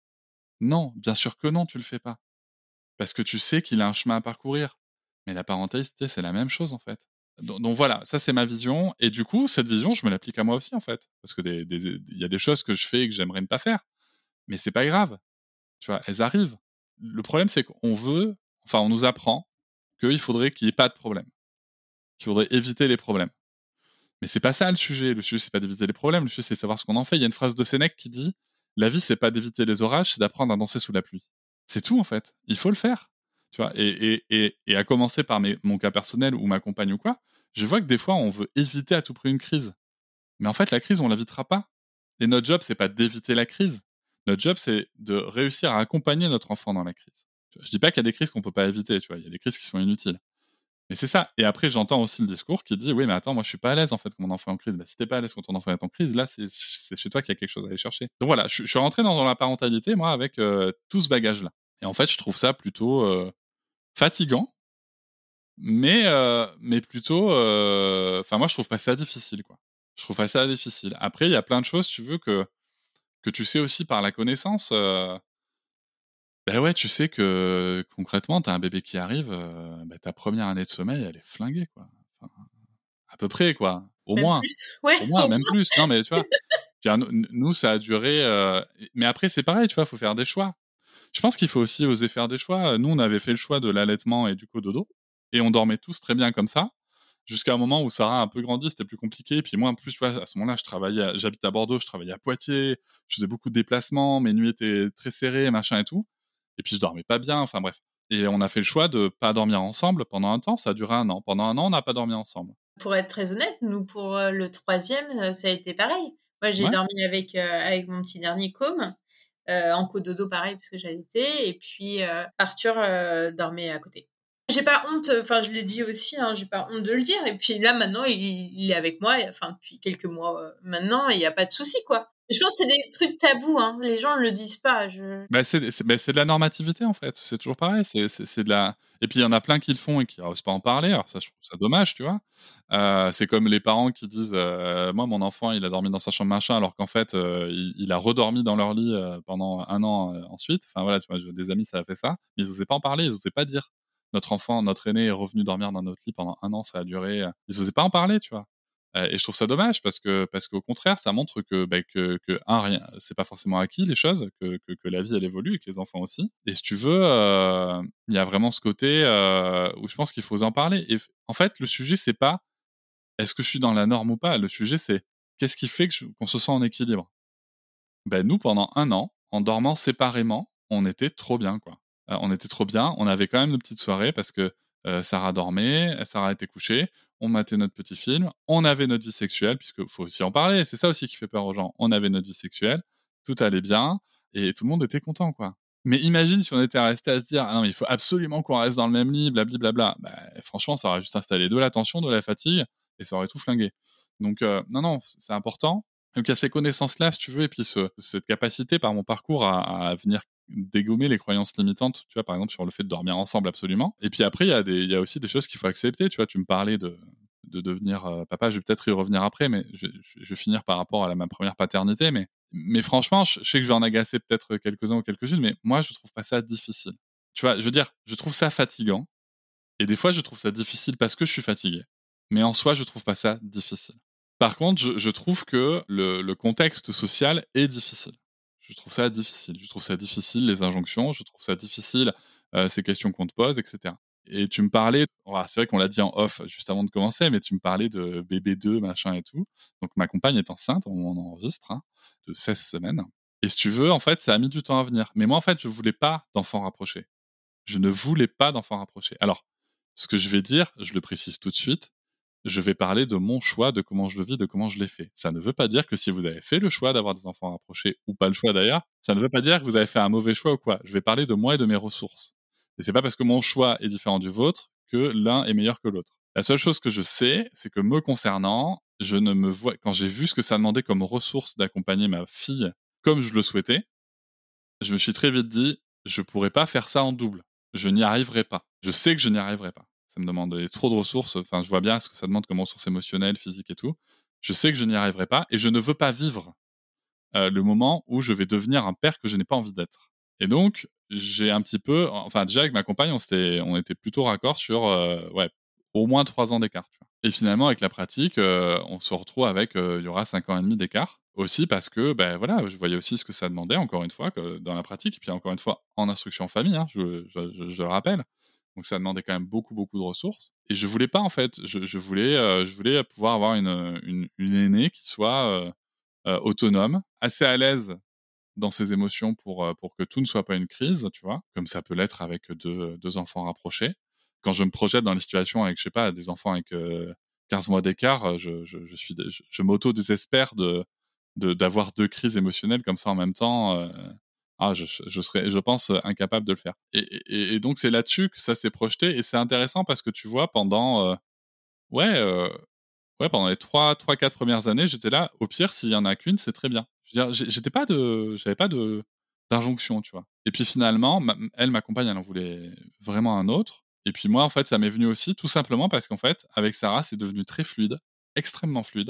Non, bien sûr que non, tu le fais pas. Parce que tu sais qu'il a un chemin à parcourir. Mais la parentalité, c'est la même chose, en fait. Donc, donc voilà, ça, c'est ma vision. Et du coup, cette vision, je me l'applique à moi aussi, en fait. Parce que des, des, il y a des choses que je fais et que j'aimerais ne pas faire. Mais c'est pas grave. Tu vois, elles arrivent. Le problème, c'est qu'on veut, enfin, on nous apprend qu'il faudrait qu'il n'y ait pas de problème. Qu'il faudrait éviter les problèmes. Mais c'est pas ça le sujet. Le sujet, c'est pas d'éviter les problèmes. Le sujet, c'est de savoir ce qu'on en fait. Il y a une phrase de Sénèque qui dit la vie, c'est pas d'éviter les orages, c'est d'apprendre à danser sous la pluie. C'est tout, en fait. Il faut le faire. Tu vois, et, et, et, et à commencer par mes, mon cas personnel ou ma compagne ou quoi, je vois que des fois, on veut éviter à tout prix une crise. Mais en fait, la crise, on l'évitera pas. Et notre job, c'est pas d'éviter la crise. Notre job, c'est de réussir à accompagner notre enfant dans la crise. Je dis pas qu'il y a des crises qu'on peut pas éviter, tu vois. Il y a des crises qui sont inutiles. Mais c'est ça. Et après, j'entends aussi le discours qui dit oui, mais attends, moi, je suis pas à l'aise en fait quand mon enfant est en crise. Bah, si t'es pas à l'aise quand ton enfant est en crise, là, c'est, c'est chez toi qu'il y a quelque chose à aller chercher. Donc voilà, je, je suis rentré dans, dans la parentalité, moi, avec euh, tout ce bagage-là. Et en fait, je trouve ça plutôt euh, fatigant, mais euh, mais plutôt, euh, enfin, moi, je trouve pas ça difficile, quoi. Je trouve pas ça difficile. Après, il y a plein de choses, tu veux que que tu sais aussi par la connaissance. Euh, ben ouais, tu sais que concrètement, t'as un bébé qui arrive, euh, bah, ta première année de sommeil, elle est flinguée, quoi. Enfin, à peu près, quoi. Au Même moins. plus. Ouais, Au moins, au même moins. plus. Non, mais tu vois, je veux dire, nous, nous, ça a duré. Euh... Mais après, c'est pareil, tu vois, faut faire des choix. Je pense qu'il faut aussi oser faire des choix. Nous, on avait fait le choix de l'allaitement et du cododo. Et on dormait tous très bien comme ça. Jusqu'à un moment où Sarah a un peu grandi, c'était plus compliqué. Puis moi, en plus, tu vois, à ce moment-là, je travaillais, à- j'habite à Bordeaux, je travaillais à Poitiers, je faisais beaucoup de déplacements, mes nuits étaient très serrées, machin et tout. Et puis je dormais pas bien, enfin bref. Et on a fait le choix de pas dormir ensemble pendant un temps. Ça a duré un an. Pendant un an, on n'a pas dormi ensemble. Pour être très honnête, nous, pour euh, le troisième, euh, ça a été pareil. Moi, j'ai Ouais. dormi avec, euh, avec mon petit dernier côme, euh, en cododo pareil, parce que j'allaitais, et puis euh, Arthur euh, dormait à côté. J'ai pas honte, enfin, je l'ai dit aussi, hein, j'ai pas honte de le dire. Et puis là, maintenant, il, il est avec moi, enfin, depuis quelques mois euh, maintenant, il n'y a pas de souci, quoi. Je pense que c'est des trucs tabous, hein. Les gens ne le disent pas. Je... Bah, c'est, c'est, bah, c'est de la normativité, en fait. C'est toujours pareil. C'est, c'est, c'est de la... Et puis, il y en a plein qui le font et qui n'osent pas en parler. Alors, ça, je trouve ça dommage, tu vois. Euh, c'est comme les parents qui disent euh, moi, mon enfant, il a dormi dans sa chambre machin, alors qu'en fait, euh, il, il a redormi dans leur lit euh, pendant un an euh, ensuite. Enfin, voilà, tu vois, j'ai des amis, ça a fait ça. Mais ils n'osaient pas en parler, ils n'osaient pas dire notre enfant, notre aîné est revenu dormir dans notre lit pendant un an, ça a duré. euh, Ils n'osaient pas en parler, tu vois. Euh, et je trouve ça dommage parce que parce qu'au contraire, ça montre que bah, que, que un rien, c'est pas forcément acquis les choses, que, que que la vie elle évolue et que les enfants aussi. Et si tu veux, euh, il y a vraiment ce côté euh, où je pense qu'il faut en parler. Et en fait, le sujet c'est pas est-ce que je suis dans la norme ou pas. Le sujet c'est qu'est-ce qui fait que je- qu'on se sent en équilibre. Ben nous pendant un an, en dormant séparément, on était trop bien quoi. Euh, on était trop bien. On avait quand même nos petites soirées parce que euh, Sarah dormait, Sarah était couchée. on matait notre petit film, on avait notre vie sexuelle, puisque faut aussi en parler, c'est ça aussi qui fait peur aux gens. On avait notre vie sexuelle, tout allait bien, et tout le monde était content, quoi. Mais imagine si on était resté à se dire « Ah non, mais il faut absolument qu'on reste dans le même lit, blablabla ». Bah, franchement, ça aurait juste installé de la tension, de la fatigue, et ça aurait tout flingué. Donc, euh, non, non, c'est important. Donc, il y a ces connaissances-là, si tu veux, et puis ce, cette capacité, par mon parcours, à, à venir dégommer les croyances limitantes, tu vois, par exemple, sur le fait de dormir ensemble, absolument. Et puis après, il y a des, il y a aussi des choses qu'il faut accepter, tu vois. Tu me parlais de, de devenir euh, papa, je vais peut-être y revenir après, mais je, je, je vais finir par rapport à la, ma première paternité, mais mais franchement, je, je sais que je vais en agacer peut-être quelques-uns ou quelques-unes, mais moi, je trouve pas ça difficile. Tu vois, je veux dire, je trouve ça fatigant. Et des fois, je trouve ça difficile parce que je suis fatigué. Mais en soi, je trouve pas ça difficile. Par contre, je, je trouve que le, le contexte social est difficile. Je trouve ça difficile. Je trouve ça difficile, les injonctions. Je trouve ça difficile, euh, ces questions qu'on te pose, et cetera. Et tu me parlais, oh, c'est vrai qu'on l'a dit en off juste avant de commencer, mais tu me parlais de bébé deux, machin et tout. Donc ma compagne est enceinte, on enregistre, hein, de seize semaines. Et si tu veux, en fait, ça a mis du temps à venir. Mais moi, en fait, je voulais pas d'enfants rapprochés. Je ne voulais pas d'enfants rapprochés. Alors, ce que je vais dire, je le précise tout de suite, je vais parler de mon choix, de comment je le vis, de comment je l'ai fait. Ça ne veut pas dire que si vous avez fait le choix d'avoir des enfants rapprochés, ou pas le choix d'ailleurs, ça ne veut pas dire que vous avez fait un mauvais choix ou quoi. Je vais parler de moi et de mes ressources. Et c'est pas parce que mon choix est différent du vôtre que l'un est meilleur que l'autre. La seule chose que je sais, c'est que me concernant, je ne me vois, quand j'ai vu ce que ça demandait comme ressource d'accompagner ma fille comme je le souhaitais, je me suis très vite dit, je pourrais pas faire ça en double. Je n'y arriverai pas. Je sais que je n'y arriverai pas. Ça me demande trop de ressources. Enfin, je vois bien ce que ça demande comme ressources émotionnelles, physiques et tout. Je sais que je n'y arriverai pas et je ne veux pas vivre euh, le moment où je vais devenir un père que je n'ai pas envie d'être. Et donc, j'ai un petit peu, enfin, déjà avec ma compagne, on, s'était, on était plutôt raccord sur, euh, ouais, au moins trois ans d'écart. Tu vois. Et finalement, avec la pratique, euh, on se retrouve avec, euh, il y aura cinq ans et demi d'écart. Aussi parce que, ben voilà, je voyais aussi ce que ça demandait, encore une fois, que dans la pratique, et puis encore une fois, en instruction en famille, hein, je, je, je, je le rappelle. Donc ça demandait quand même beaucoup, beaucoup de ressources. Et je voulais pas, en fait, je, je voulais, euh, je voulais pouvoir avoir une, une, une aînée qui soit euh, euh, autonome, assez à l'aise dans ses émotions pour, euh, pour que tout ne soit pas une crise, tu vois, comme ça peut l'être avec deux, deux enfants rapprochés. Quand je me projette dans les situations avec, je sais pas, des enfants avec euh, quinze mois d'écart, je, je, je, suis, je, je m'auto-désespère de, de, d'avoir deux crises émotionnelles comme ça en même temps. Euh, ah, je, je serais, je pense, incapable de le faire. Et, et, et donc, c'est là-dessus que ça s'est projeté. Et c'est intéressant parce que tu vois, pendant, euh, ouais, euh, ouais, pendant les trois, trois, quatre premières années, j'étais là. Au pire, s'il y en a qu'une, c'est très bien. Je veux dire, j'étais pas de, j'avais pas de d'injonction, tu vois. Et puis finalement, ma, elle, ma compagne, elle en voulait vraiment un autre. Et puis moi, en fait, ça m'est venu aussi tout simplement parce qu'en fait, avec Sarah, c'est devenu très fluide, extrêmement fluide,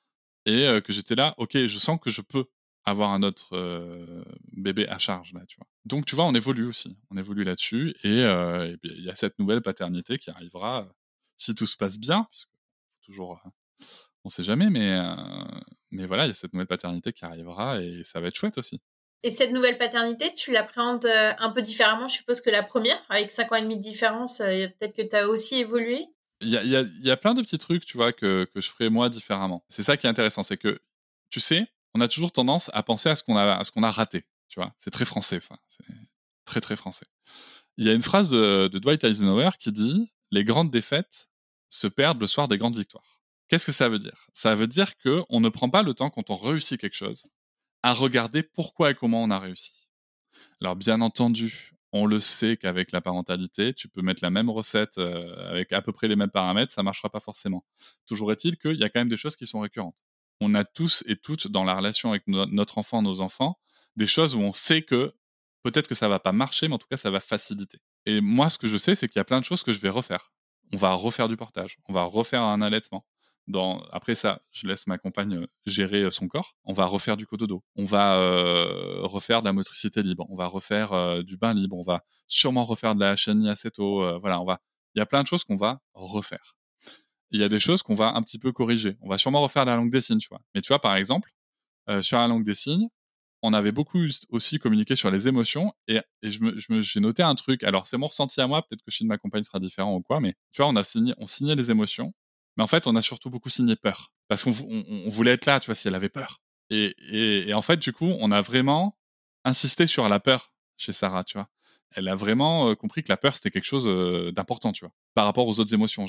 et euh, que j'étais là. Ok, je sens que je peux avoir un autre euh, bébé à charge là, tu vois. Donc tu vois, on évolue aussi, on évolue là-dessus, et euh, il y a cette nouvelle paternité qui arrivera euh, si tout se passe bien, puisque toujours. Euh, on sait jamais, mais, euh, mais voilà, il y a cette nouvelle paternité qui arrivera et ça va être chouette aussi. Et cette nouvelle paternité, tu l'appréhendes euh, un peu différemment, je suppose, que la première, avec cinq ans et demi de différence, euh, peut-être que tu as aussi évolué. Il y a, y, a, y a plein de petits trucs, tu vois, que, que je ferais moi différemment. C'est ça qui est intéressant, c'est que, tu sais, on a toujours tendance à penser à ce qu'on a, à ce qu'on a raté, tu vois. C'est très français, ça. C'est très, très français. Il y a une phrase de, de Dwight Eisenhower qui dit « Les grandes défaites se perdent le soir des grandes victoires ». Qu'est-ce que ça veut dire ? Ça veut dire qu'on ne prend pas le temps, quand on réussit quelque chose, à regarder pourquoi et comment on a réussi. Alors bien entendu, on le sait qu'avec la parentalité, tu peux mettre la même recette euh, avec à peu près les mêmes paramètres, ça marchera pas forcément. Toujours est-il qu'il y a quand même des choses qui sont récurrentes. On a tous et toutes dans la relation avec no- notre enfant, nos enfants, des choses où on sait que peut-être que ça va pas marcher, mais en tout cas ça va faciliter. Et moi, ce que je sais, c'est qu'il y a plein de choses que je vais refaire. On va refaire du portage, on va refaire un allaitement. Dans... Après ça, je laisse ma compagne gérer son corps. On va refaire du cododo. On va euh, refaire de la motricité libre. On va refaire euh, du bain libre. On va sûrement refaire de la chenille assez tôt. Euh, voilà, on va. Il y a plein de choses qu'on va refaire. Il y a des choses qu'on va un petit peu corriger. On va sûrement refaire la langue des signes, tu vois. Mais tu vois, par exemple, euh, sur la langue des signes, on avait beaucoup aussi communiqué sur les émotions et, et je me, je me, j'ai noté un truc. Alors, c'est mon ressenti à moi. Peut-être que chez ma compagne sera différent ou quoi, mais tu vois, on a signé, on signait les émotions. Mais en fait, on a surtout beaucoup signé peur. Parce qu'on on, on voulait être là, tu vois, si elle avait peur. Et, et, et en fait, du coup, on a vraiment insisté sur la peur chez Sarah, tu vois. Elle a vraiment euh, compris que la peur, c'était quelque chose euh, d'important, tu vois. Par rapport aux autres émotions, j'entends.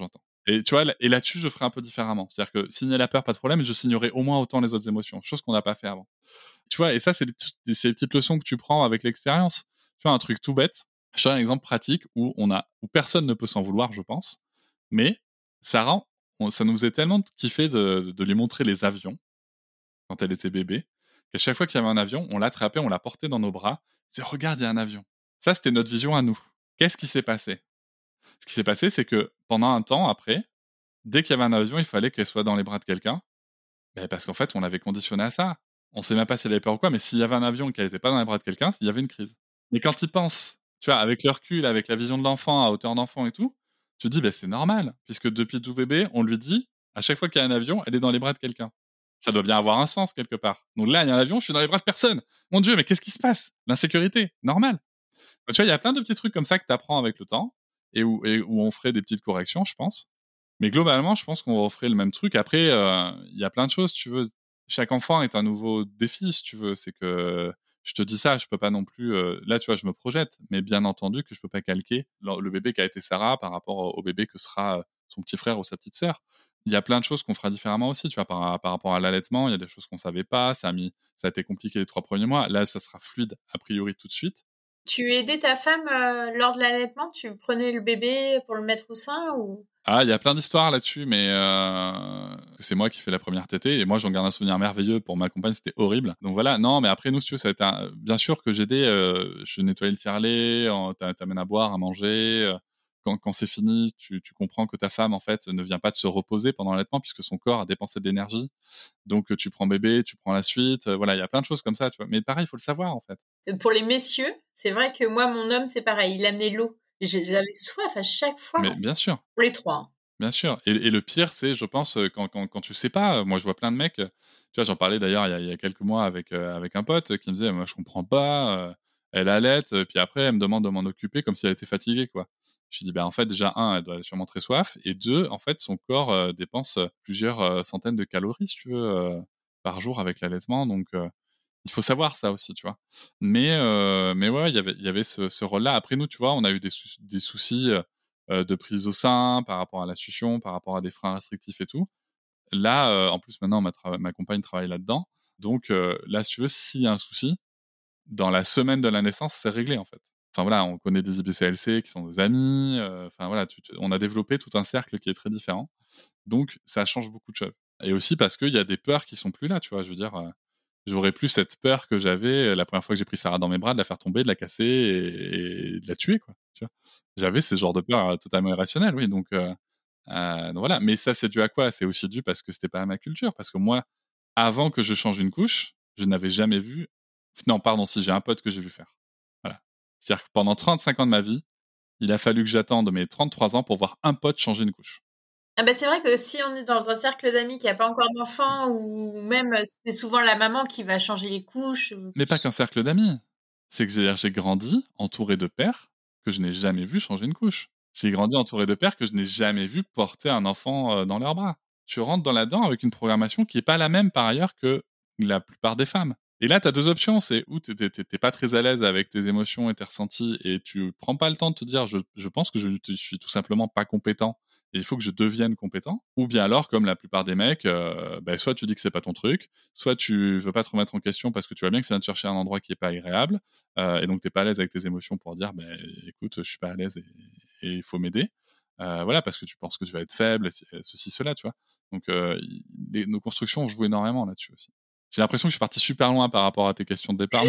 Et tu vois, et là-dessus, je ferais un peu différemment. C'est-à-dire que signer la peur, pas de problème, mais je signerais au moins autant les autres émotions, chose qu'on n'a pas fait avant. Tu vois, et ça, c'est des, petites- c'est des petites leçons que tu prends avec l'expérience. Tu vois, un truc tout bête. Je te donne un exemple pratique où on a, où personne ne peut s'en vouloir, je pense. Mais ça rend, on- ça nous faisait tellement kiffer de, de lui montrer les avions quand elle était bébé, qu'à chaque fois qu'il y avait un avion, on l'attrapait, on la portait dans nos bras. C'est regarde, il y a un avion. Ça, c'était notre vision à nous. Qu'est-ce qui s'est passé? Ce qui s'est passé, c'est que pendant un temps après, dès qu'il y avait un avion, il fallait qu'elle soit dans les bras de quelqu'un. Ben, parce qu'en fait, on l'avait conditionné à ça. On sait même pas si elle avait peur ou quoi, mais s'il y avait un avion et qu'elle était pas dans les bras de quelqu'un, il y avait une crise. Mais quand tu y penses, tu vois, avec le recul, avec la vision de l'enfant, à hauteur d'enfant et tout, tu te dis, ben, c'est normal, puisque depuis tout bébé, on lui dit, à chaque fois qu'il y a un avion, elle est dans les bras de quelqu'un. Ça doit bien avoir un sens quelque part. Donc là, il y a un avion, je suis dans les bras de personne. Mon Dieu, mais qu'est-ce qui se passe? L'insécurité, normal. Tu vois, il y a plein de petits trucs comme ça que tu apprends avec le temps et où, et où on ferait des petites corrections, je pense. Mais globalement, je pense qu'on referait le même truc. Après, euh, il y a plein de choses, tu veux. Chaque enfant est un nouveau défi, si tu veux. C'est que je te dis ça, je peux pas non plus. Euh, là, tu vois, je me projette, mais bien entendu que je peux pas calquer le le bébé qui a été Sarah par rapport au bébé que sera euh, son petit frère ou sa petite sœur. Il y a plein de choses qu'on fera différemment aussi, tu vois, par, par rapport à l'allaitement. Il y a des choses qu'on savait pas. Ça a mis, ça a été compliqué les trois premiers mois. Là, ça sera fluide a priori tout de suite. Tu aidais ta femme euh, lors de l'allaitement? Tu prenais le bébé pour le mettre au sein ou... Ah, il y a plein d'histoires là-dessus, mais euh, c'est moi qui fais la première tétée et moi j'en garde un souvenir merveilleux. Pour ma compagne, c'était horrible. Donc voilà, non, mais après nous, si tu veux, ça a été un... bien sûr que j'aidais. Euh, je nettoyais le tire-lait, en- t'a- t'amènes à boire, à manger. euh, Quand, quand c'est fini, tu, tu comprends que ta femme en fait ne vient pas de se reposer pendant l'allaitement puisque son corps a dépensé d'énergie. Donc tu prends bébé, tu prends la suite. euh, voilà, il y a plein de choses comme ça, tu vois. Mais pareil, il faut le savoir en fait. Pour les messieurs, c'est vrai que moi, mon homme, c'est pareil. Il amenait l'eau. J'ai- J'avais soif à chaque fois. Mais bien sûr. Pour les trois. Hein. Bien sûr. Et, et le pire, c'est, je pense, euh, quand, quand, quand tu sais pas. euh, Moi, je vois plein de mecs. euh, Tu vois, j'en parlais d'ailleurs il y a, il y a quelques mois avec, euh, avec un pote euh, qui me disait, moi, je comprends pas. euh, elle allait, euh, puis après, elle me demande de m'en occuper comme si elle était fatiguée, quoi. Je lui dis, bah, en fait, déjà, un, elle doit sûrement très soif. Et deux, en fait, son corps euh, dépense euh, plusieurs euh, centaines de calories, si tu veux, euh, par jour avec l'allaitement. Donc, euh, il faut savoir ça aussi, tu vois. Mais, euh, mais ouais, il y avait, il y avait ce, ce rôle-là. Après, nous, tu vois, on a eu des, sou- des soucis. euh, euh, de prise au sein, par rapport à la succion, par rapport à des freins restrictifs et tout. Là, euh, en plus, maintenant, ma, tra- ma compagne travaille là-dedans. Donc euh, là, si tu veux, s'il y a un souci, dans la semaine de la naissance, c'est réglé, en fait. Enfin voilà, on connaît des I B C L C qui sont nos amis. euh, Enfin voilà, tu- tu- on a développé tout un cercle qui est très différent. Donc ça change beaucoup de choses. Et aussi parce qu'il y a des peurs qui sont plus là, tu vois. Je veux dire, euh, j'aurais plus cette peur que j'avais euh, la première fois que j'ai pris Sarah dans mes bras, de la faire tomber, de la casser et, et de la tuer, quoi. Tu vois. J'avais ce genre de peur euh, totalement irrationnelle, oui. Donc, euh, euh, donc voilà. Mais ça, c'est dû à quoi? C'est aussi dû parce que c'était pas ma culture. Parce que moi, avant que je change une couche, je n'avais jamais vu. Non, pardon, si j'ai un pote que j'ai vu faire. Voilà. C'est-à-dire que pendant trente-cinq ans de ma vie, il a fallu que j'attende mes trente-trois ans pour voir un pote changer une couche. Ah bah c'est vrai que si on est dans un cercle d'amis qui a pas encore d'enfant ou même euh, c'est souvent la maman qui va changer les couches. ou- Mais pas qu'un cercle d'amis. C'est que j'ai j'ai grandi entouré de pères que je n'ai jamais vu changer une couche. J'ai grandi entouré de pères que je n'ai jamais vu porter un enfant euh, dans leurs bras. Tu rentres dans là-dedans avec une programmation qui est pas la même par ailleurs que la plupart des femmes. Et là, tu as deux options. C'est où tu n'es pas très à l'aise avec tes émotions et tes ressentis et tu prends pas le temps de te dire je, je pense que je ne suis tout simplement pas compétent et il faut que je devienne compétent. Ou bien alors, comme la plupart des mecs, euh, bah, soit tu dis que c'est pas ton truc, soit tu veux pas te remettre en question parce que tu vois bien que ça vient de chercher un endroit qui est pas agréable euh, et donc t'es pas à l'aise avec tes émotions pour dire bah, écoute, je suis pas à l'aise et, et il faut m'aider. Euh, voilà, parce que tu penses que tu vas être faible, et ceci, cela, tu vois. Donc, euh, les, nos constructions ont joué énormément là-dessus aussi. J'ai l'impression que je suis parti super loin par rapport à tes questions de départ.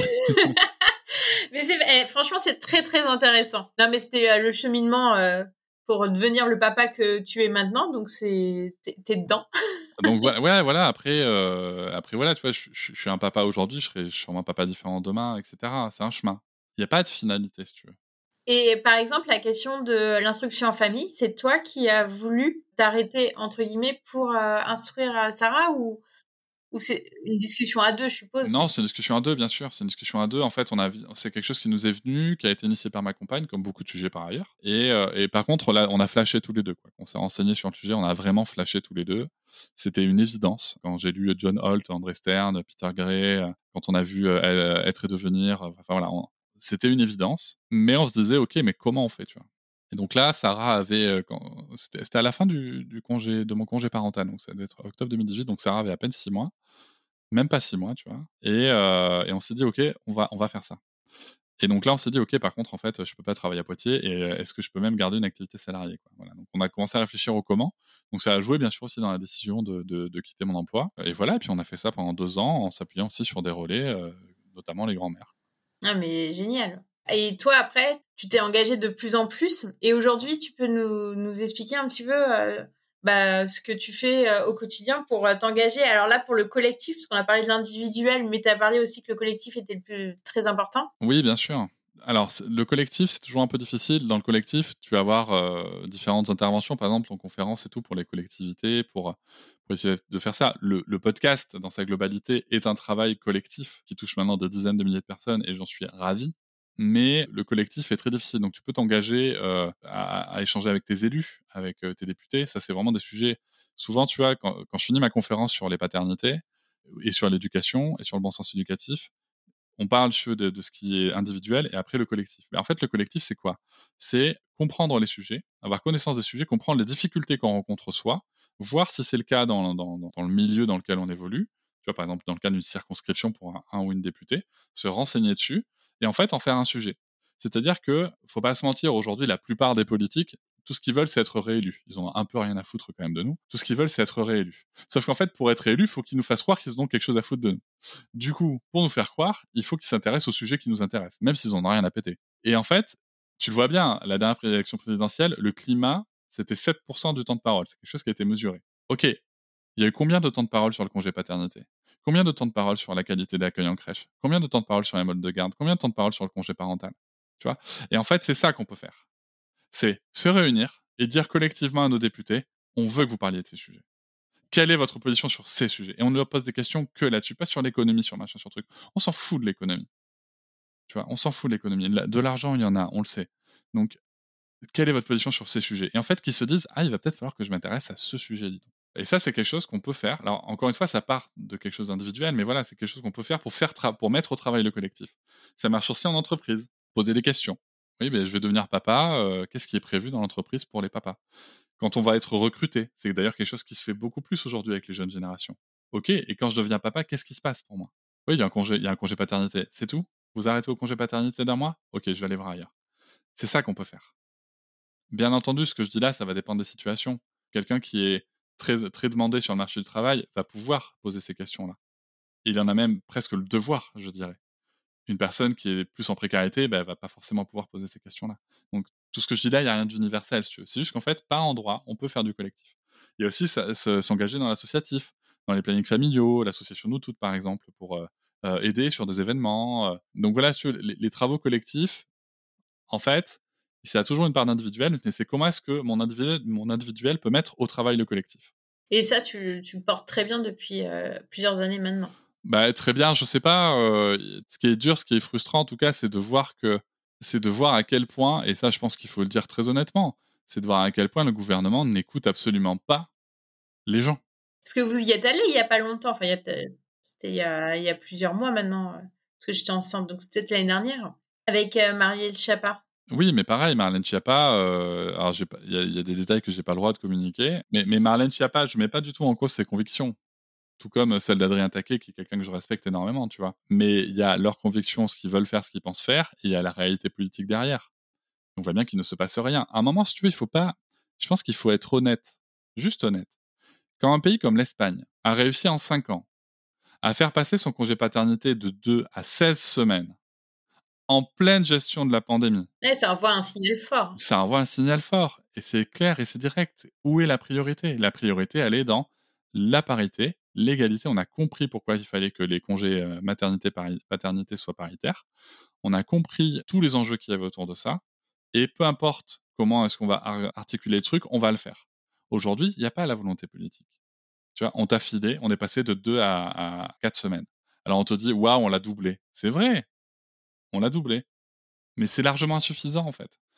Mais c'est eh, franchement c'est très très intéressant. Non mais c'était euh, le cheminement euh, pour devenir le papa que tu es maintenant, donc c'est t'es, t'es dedans. Donc voilà, ouais, voilà. Après, euh, après voilà, tu vois, je, je, je suis un papa aujourd'hui, je serai sûrement un papa différent demain, et cetera. C'est un chemin. Il n'y a pas de finalité, si tu veux. Et par exemple la question de l'instruction en famille, c'est toi qui as voulu t'arrêter entre guillemets pour euh, instruire euh, Sarah ou ou c'est une discussion à deux, je suppose. Non, c'est une discussion à deux, bien sûr. C'est une discussion à deux. En fait, on a, c'est quelque chose qui nous est venu, qui a été initié par ma compagne, comme beaucoup de sujets par ailleurs. Et, euh, et par contre, là, on a flashé tous les deux. Quoi. On s'est renseigné sur le sujet, on a vraiment flashé tous les deux. C'était une évidence. Quand j'ai lu John Holt, André Stern, Peter Gray, euh, quand on a vu euh, Être et devenir, euh, enfin voilà, on- c'était une évidence. Mais on se disait, ok, mais comment on fait, tu vois? Et donc là, Sarah avait, euh, quand, c'était, c'était à la fin du, du congé, de mon congé parental, donc ça devait être octobre deux mille dix-huit, donc Sarah avait à peine six mois, même pas six mois, tu vois. Et, euh, et on s'est dit, ok, on va, on va faire ça. Et donc là, on s'est dit, ok, par contre, en fait, je peux pas travailler à Poitiers, et euh, est-ce que je peux même garder une activité salariée, quoi. Voilà. Donc on a commencé à réfléchir au comment. Donc ça a joué bien sûr aussi dans la décision de, de, de quitter mon emploi. Et voilà, et puis on a fait ça pendant deux ans en s'appuyant aussi sur des relais, euh, notamment les grands-mères. Ah, mais génial. Et toi, après, tu t'es engagé de plus en plus. Et aujourd'hui, tu peux nous, nous expliquer un petit peu euh, bah, ce que tu fais euh, au quotidien pour euh, t'engager. Alors là, pour le collectif, parce qu'on a parlé de l'individuel, mais tu as parlé aussi que le collectif était le plus très important. Oui, bien sûr. Alors, c'est- le collectif, c'est toujours un peu difficile. Dans le collectif, tu vas avoir euh, différentes interventions, par exemple en conférence et tout, pour les collectivités, pour, euh, pour essayer de faire ça. Le, le podcast, dans sa globalité, est un travail collectif qui touche maintenant des dizaines de milliers de personnes, et j'en suis ravi. Mais le collectif est très difficile. Donc, tu peux t'engager euh, à, à échanger avec tes élus, avec euh, tes députés. Ça, c'est vraiment des sujets. Souvent, tu vois, quand, quand je finis ma conférence sur les paternités, et sur l'éducation, et sur le bon sens éducatif, on parle de, de ce qui est individuel et après le collectif. Mais en fait, le collectif, c'est quoi? C'est comprendre les sujets, avoir connaissance des sujets, comprendre les difficultés qu'on rencontre soi, voir si c'est le cas dans, dans, dans le milieu dans lequel on évolue. Tu vois, par exemple, dans le cas d'une circonscription pour un, un ou une députée, se renseigner dessus et en fait en faire un sujet. C'est-à-dire que, faut pas se mentir, aujourd'hui, la plupart des politiques, tout ce qu'ils veulent, c'est être réélus. Ils ont un peu rien à foutre quand même de nous. Tout ce qu'ils veulent, c'est être réélus. Sauf qu'en fait, pour être réélus, il faut qu'ils nous fassent croire qu'ils ont quelque chose à foutre de nous. Du coup, pour nous faire croire, il faut qu'ils s'intéressent au sujet qui nous intéresse, même s'ils en ont rien à péter. Et en fait, tu le vois bien, la dernière élection présidentielle, le climat, c'était sept pour cent du temps de parole. C'est quelque chose qui a été mesuré. Ok, il y a eu combien de temps de parole sur le congé paternité? Combien de temps de parole sur la qualité d'accueil en crèche? Combien de temps de parole sur les modes de garde? Combien de temps de parole sur le congé parental? Tu vois? Et en fait, c'est ça qu'on peut faire. C'est se réunir et dire collectivement à nos députés, on veut que vous parliez de ces sujets. Quelle est votre position sur ces sujets? Et on ne leur pose des questions que là-dessus, pas sur l'économie, sur machin, sur truc. On s'en fout de l'économie. Tu vois, on s'en fout de l'économie. De l'argent, il y en a, on le sait. Donc, quelle est votre position sur ces sujets? Et en fait, qu'ils se disent, ah, il va peut-être falloir que je m'intéresse à ce sujet, dis donc. Et ça, c'est quelque chose qu'on peut faire. Alors, encore une fois, ça part de quelque chose d'individuel, mais voilà, c'est quelque chose qu'on peut faire pour faire tra- pour mettre au travail le collectif. Ça marche aussi en entreprise. Poser des questions. Oui, mais je vais devenir papa. euh, Qu'est-ce qui est prévu dans l'entreprise pour les papas? Quand on va être recruté, c'est d'ailleurs quelque chose qui se fait beaucoup plus aujourd'hui avec les jeunes générations. Ok, et quand je deviens papa, qu'est-ce qui se passe pour moi? Oui, il y a un congé, il y a un congé paternité, c'est tout? Vous arrêtez au congé paternité d'un mois? Ok, je vais aller voir ailleurs. C'est ça qu'on peut faire. Bien entendu, ce que je dis là, ça va dépendre des situations. Quelqu'un qui est très, très demandé sur le marché du travail va pouvoir poser ces questions-là. Il en a même presque le devoir, je dirais. Une personne qui est plus en précarité, bah, elle va pas forcément pouvoir poser ces questions-là. Donc, tout ce que je dis là, il y a rien d'universel, si tu veux. C'est juste qu'en fait, par endroit, on peut faire du collectif. Il y a aussi ça- se- s'engager dans l'associatif, dans les plannings familiaux, l'association Nous Toutes, par exemple, pour euh, euh, aider sur des événements. euh. Donc voilà, si tu veux, les, les travaux collectifs, en fait, ça a toujours une part d'individuel, mais c'est comment est-ce que mon individuel, mon individuel peut mettre au travail le collectif. Et ça, tu, tu le portes très bien depuis euh, plusieurs années maintenant. Bah, très bien, je sais pas. euh, ce qui est dur, ce qui est frustrant, en tout cas, c'est de voir que, c'est de voir à quel point, et ça, je pense qu'il faut le dire très honnêtement, c'est de voir à quel point le gouvernement n'écoute absolument pas les gens. Parce que vous y êtes allé il y a pas longtemps. Enfin, il y a peut-être- c'était il y a, il y a plusieurs mois maintenant, euh, parce que j'étais enceinte, donc c'était peut-être l'année dernière, avec euh, Marielle Chapa. Oui, mais pareil, Marlène Schiappa, euh, alors j'ai pas- il y, a- il y a des détails que j'ai pas le droit de communiquer, mais, mais Marlène Schiappa, je mets pas du tout en cause ses convictions, tout comme celle d'Adrien Taquet, qui est quelqu'un que je respecte énormément, tu vois. Mais il y a leurs convictions, ce qu'ils veulent faire, ce qu'ils pensent faire, et il y a la réalité politique derrière. On voit bien qu'il ne se passe rien. À un moment, si tu veux, il faut pas. Je pense qu'il faut être honnête, juste honnête. Quand un pays comme l'Espagne a réussi en cinq ans à faire passer son congé paternité de deux à seize semaines en pleine gestion de la pandémie, Ouais, ça envoie un signal fort. ça envoie un signal fort. Et c'est clair et c'est direct. Où est la priorité? La priorité, elle est dans la parité, l'égalité. On a compris pourquoi il fallait que les congés euh, maternité, pari- paternité soient paritaires. On a compris tous les enjeux qu'il y avait autour de ça. Et peu importe comment est-ce qu'on va ar- articuler le truc, on va le faire. Aujourd'hui, il n'y a pas la volonté politique. Tu vois, on t'a filé, on est passé de deux à, à quatre semaines. Alors on te dit, waouh, on l'a doublé. C'est vrai, on l'a doublé. Mais c'est largement insuffisant en fait.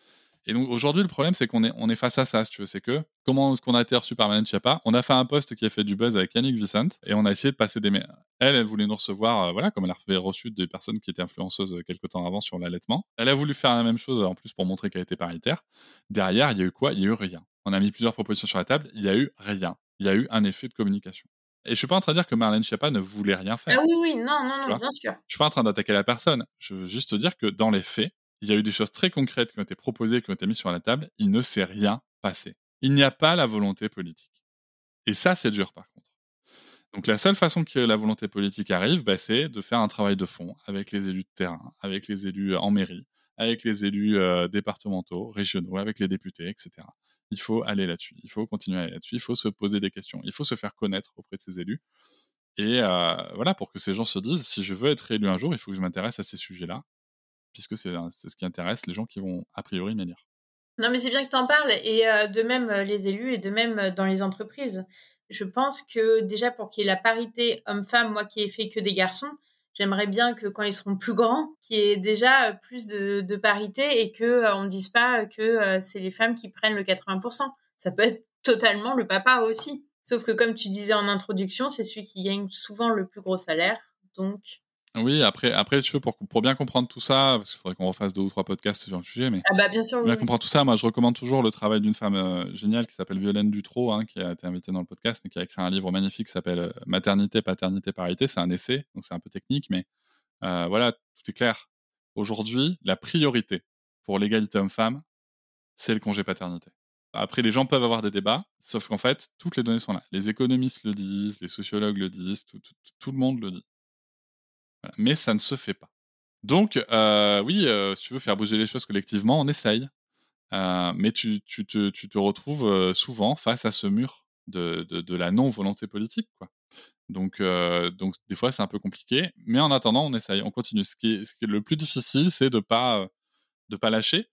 Et donc aujourd'hui, le problème, c'est qu'on est, on est face à ça, si tu veux. C'est que comment est-ce qu'on a été reçu par Marlène Schiappa ? On a fait un post qui a fait du buzz avec Yannick Vicente et on a essayé de passer des... Elle, elle voulait nous recevoir, euh, voilà, comme elle avait reçu des personnes qui étaient influenceuses euh, quelques temps avant sur l'allaitement. Elle a voulu faire la même chose en plus pour montrer qu'elle était paritaire. Derrière, il y a eu quoi ? Il y a eu rien. On a mis plusieurs propositions sur la table, il y a eu rien. Il y a eu un effet de communication. Et je suis pas en train de dire que Marlène Schiappa ne voulait rien faire. Ah oui, oui, non, non, non, bien sûr. Je suis pas en train d'attaquer la personne. Je veux juste te dire que dans les faits, il y a eu des choses très concrètes qui ont été proposées, qui ont été mises sur la table. Il ne s'est rien passé. Il n'y a pas la volonté politique. Et ça, c'est dur par contre. Donc la seule façon que la volonté politique arrive, bah, c'est de faire un travail de fond avec les élus de terrain, avec les élus en mairie, avec les élus euh, départementaux, régionaux, avec les députés, et cetera. Il faut aller là-dessus. Il faut continuer à aller là-dessus. Il faut se poser des questions. Il faut se faire connaître auprès de ces élus. Et euh, voilà, pour que ces gens se disent, si je veux être élu un jour, il faut que je m'intéresse à ces sujets-là, puisque c'est, c'est ce qui intéresse les gens qui vont, a priori, m'élire. Non, mais c'est bien que tu en parles, et euh, de même euh, les élus, et de même euh, dans les entreprises. Je pense que déjà, pour qu'il y ait la parité homme-femme, moi qui ai fait que des garçons, j'aimerais bien que quand ils seront plus grands, qu'il y ait déjà plus de, de parité, et qu'on euh, ne dise pas que euh, c'est les femmes qui prennent le quatre-vingts pour cent. Ça peut être totalement le papa aussi. Sauf que comme tu disais en introduction, c'est celui qui gagne souvent le plus gros salaire. Donc... Oui, après, après tu veux, pour, pour bien comprendre tout ça, parce qu'il faudrait qu'on refasse deux ou trois podcasts sur le sujet, mais ah bah bien sûr, pour bien oui. comprendre tout ça, moi je recommande toujours le travail d'une femme euh, géniale qui s'appelle Violaine Dutrot, hein, qui a été invitée dans le podcast, mais qui a écrit un livre magnifique qui s'appelle euh, Maternité, Paternité, Parité. C'est un essai, donc c'est un peu technique, mais euh, voilà, tout est clair. Aujourd'hui, la priorité pour l'égalité homme-femme, c'est le congé paternité. Après, les gens peuvent avoir des débats, sauf qu'en fait, toutes les données sont là. Les économistes le disent, les sociologues le disent, tout, tout, tout le monde le dit. Voilà. Mais ça ne se fait pas. Donc, euh, oui, euh, si tu veux faire bouger les choses collectivement, on essaye. Euh, mais tu, tu, te, tu te retrouves euh, souvent face à ce mur de, de, de la non-volonté politique, quoi. Donc, euh, donc, des fois, c'est un peu compliqué. Mais en attendant, on essaye, on continue. Ce qui est, ce qui est le plus difficile, c'est de ne pas, euh, de pas lâcher.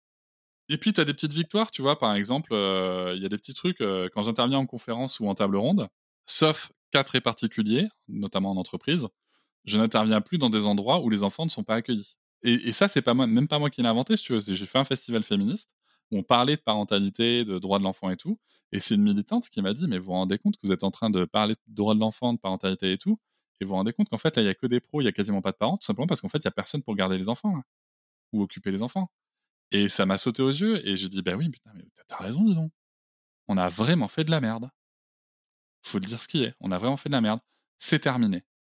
Et puis, tu as des petites victoires, tu vois. Par exemple, il euh, y a des petits trucs, euh, quand j'interviens en conférence ou en table ronde, sauf cas très particuliers, notamment en entreprise, je n'interviens plus dans des endroits où les enfants ne sont pas accueillis. Et, et ça, c'est pas moi, même pas moi qui l'ai inventé, si tu veux. C'est, j'ai fait un festival féministe où on parlait de parentalité, de droits de l'enfant et tout. Et c'est une militante qui m'a dit, mais vous vous rendez compte que vous êtes en train de parler de droits de l'enfant, de parentalité et tout, et vous vous rendez compte qu'en fait, là, il n'y a que des pros, il n'y a quasiment pas de parents, tout simplement parce qu'en fait, il n'y a personne pour garder les enfants, là, ou occuper les enfants. Et ça m'a sauté aux yeux, et j'ai dit, bah oui, putain, mais t'as raison, dis donc. On a vraiment fait de la merde. Faut le dire ce qui est. On a vraiment fait de la merde. C'est terminé.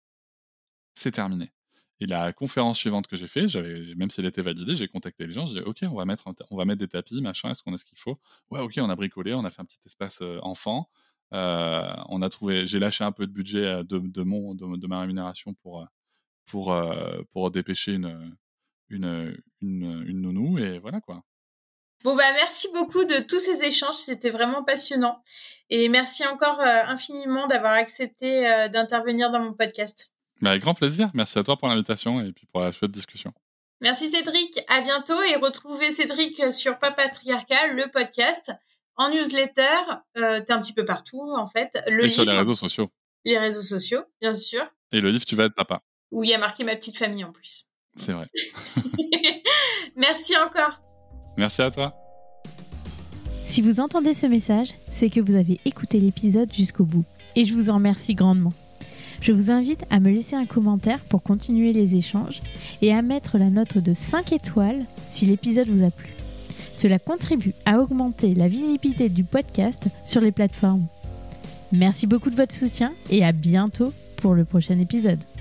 C'est terminé. Et la conférence suivante que j'ai fait, j'avais, même si elle était validée, j'ai contacté les gens, j'ai dit, ok, on va mettre, un, on va mettre des tapis, machin, est-ce qu'on a ce qu'il faut ? Ouais, ok, on a bricolé, on a fait un petit espace euh, enfant, euh, on a trouvé, j'ai lâché un peu de budget de, de, mon, de, de ma rémunération pour, pour, euh, pour dépêcher une, une, une, une nounou, et voilà quoi. Bon bah merci beaucoup de tous ces échanges, c'était vraiment passionnant. Et merci encore euh, infiniment d'avoir accepté euh, d'intervenir dans mon podcast. Bah, avec grand plaisir, merci à toi pour l'invitation et puis pour la chouette discussion. Merci Cédric, à bientôt et retrouvez Cédric sur Papatriarcat, le podcast, en newsletter, euh, t'es un petit peu partout en fait. Le et livre, sur les réseaux sociaux. Les réseaux sociaux, bien sûr. Et le livre, tu vas être papa. Où il y a marqué ma petite famille en plus. C'est vrai. Merci encore. Merci à toi. Si vous entendez ce message, c'est que vous avez écouté l'épisode jusqu'au bout. Et je vous en remercie grandement. Je vous invite à me laisser un commentaire pour continuer les échanges et à mettre la note de cinq étoiles si l'épisode vous a plu. Cela contribue à augmenter la visibilité du podcast sur les plateformes. Merci beaucoup de votre soutien et à bientôt pour le prochain épisode.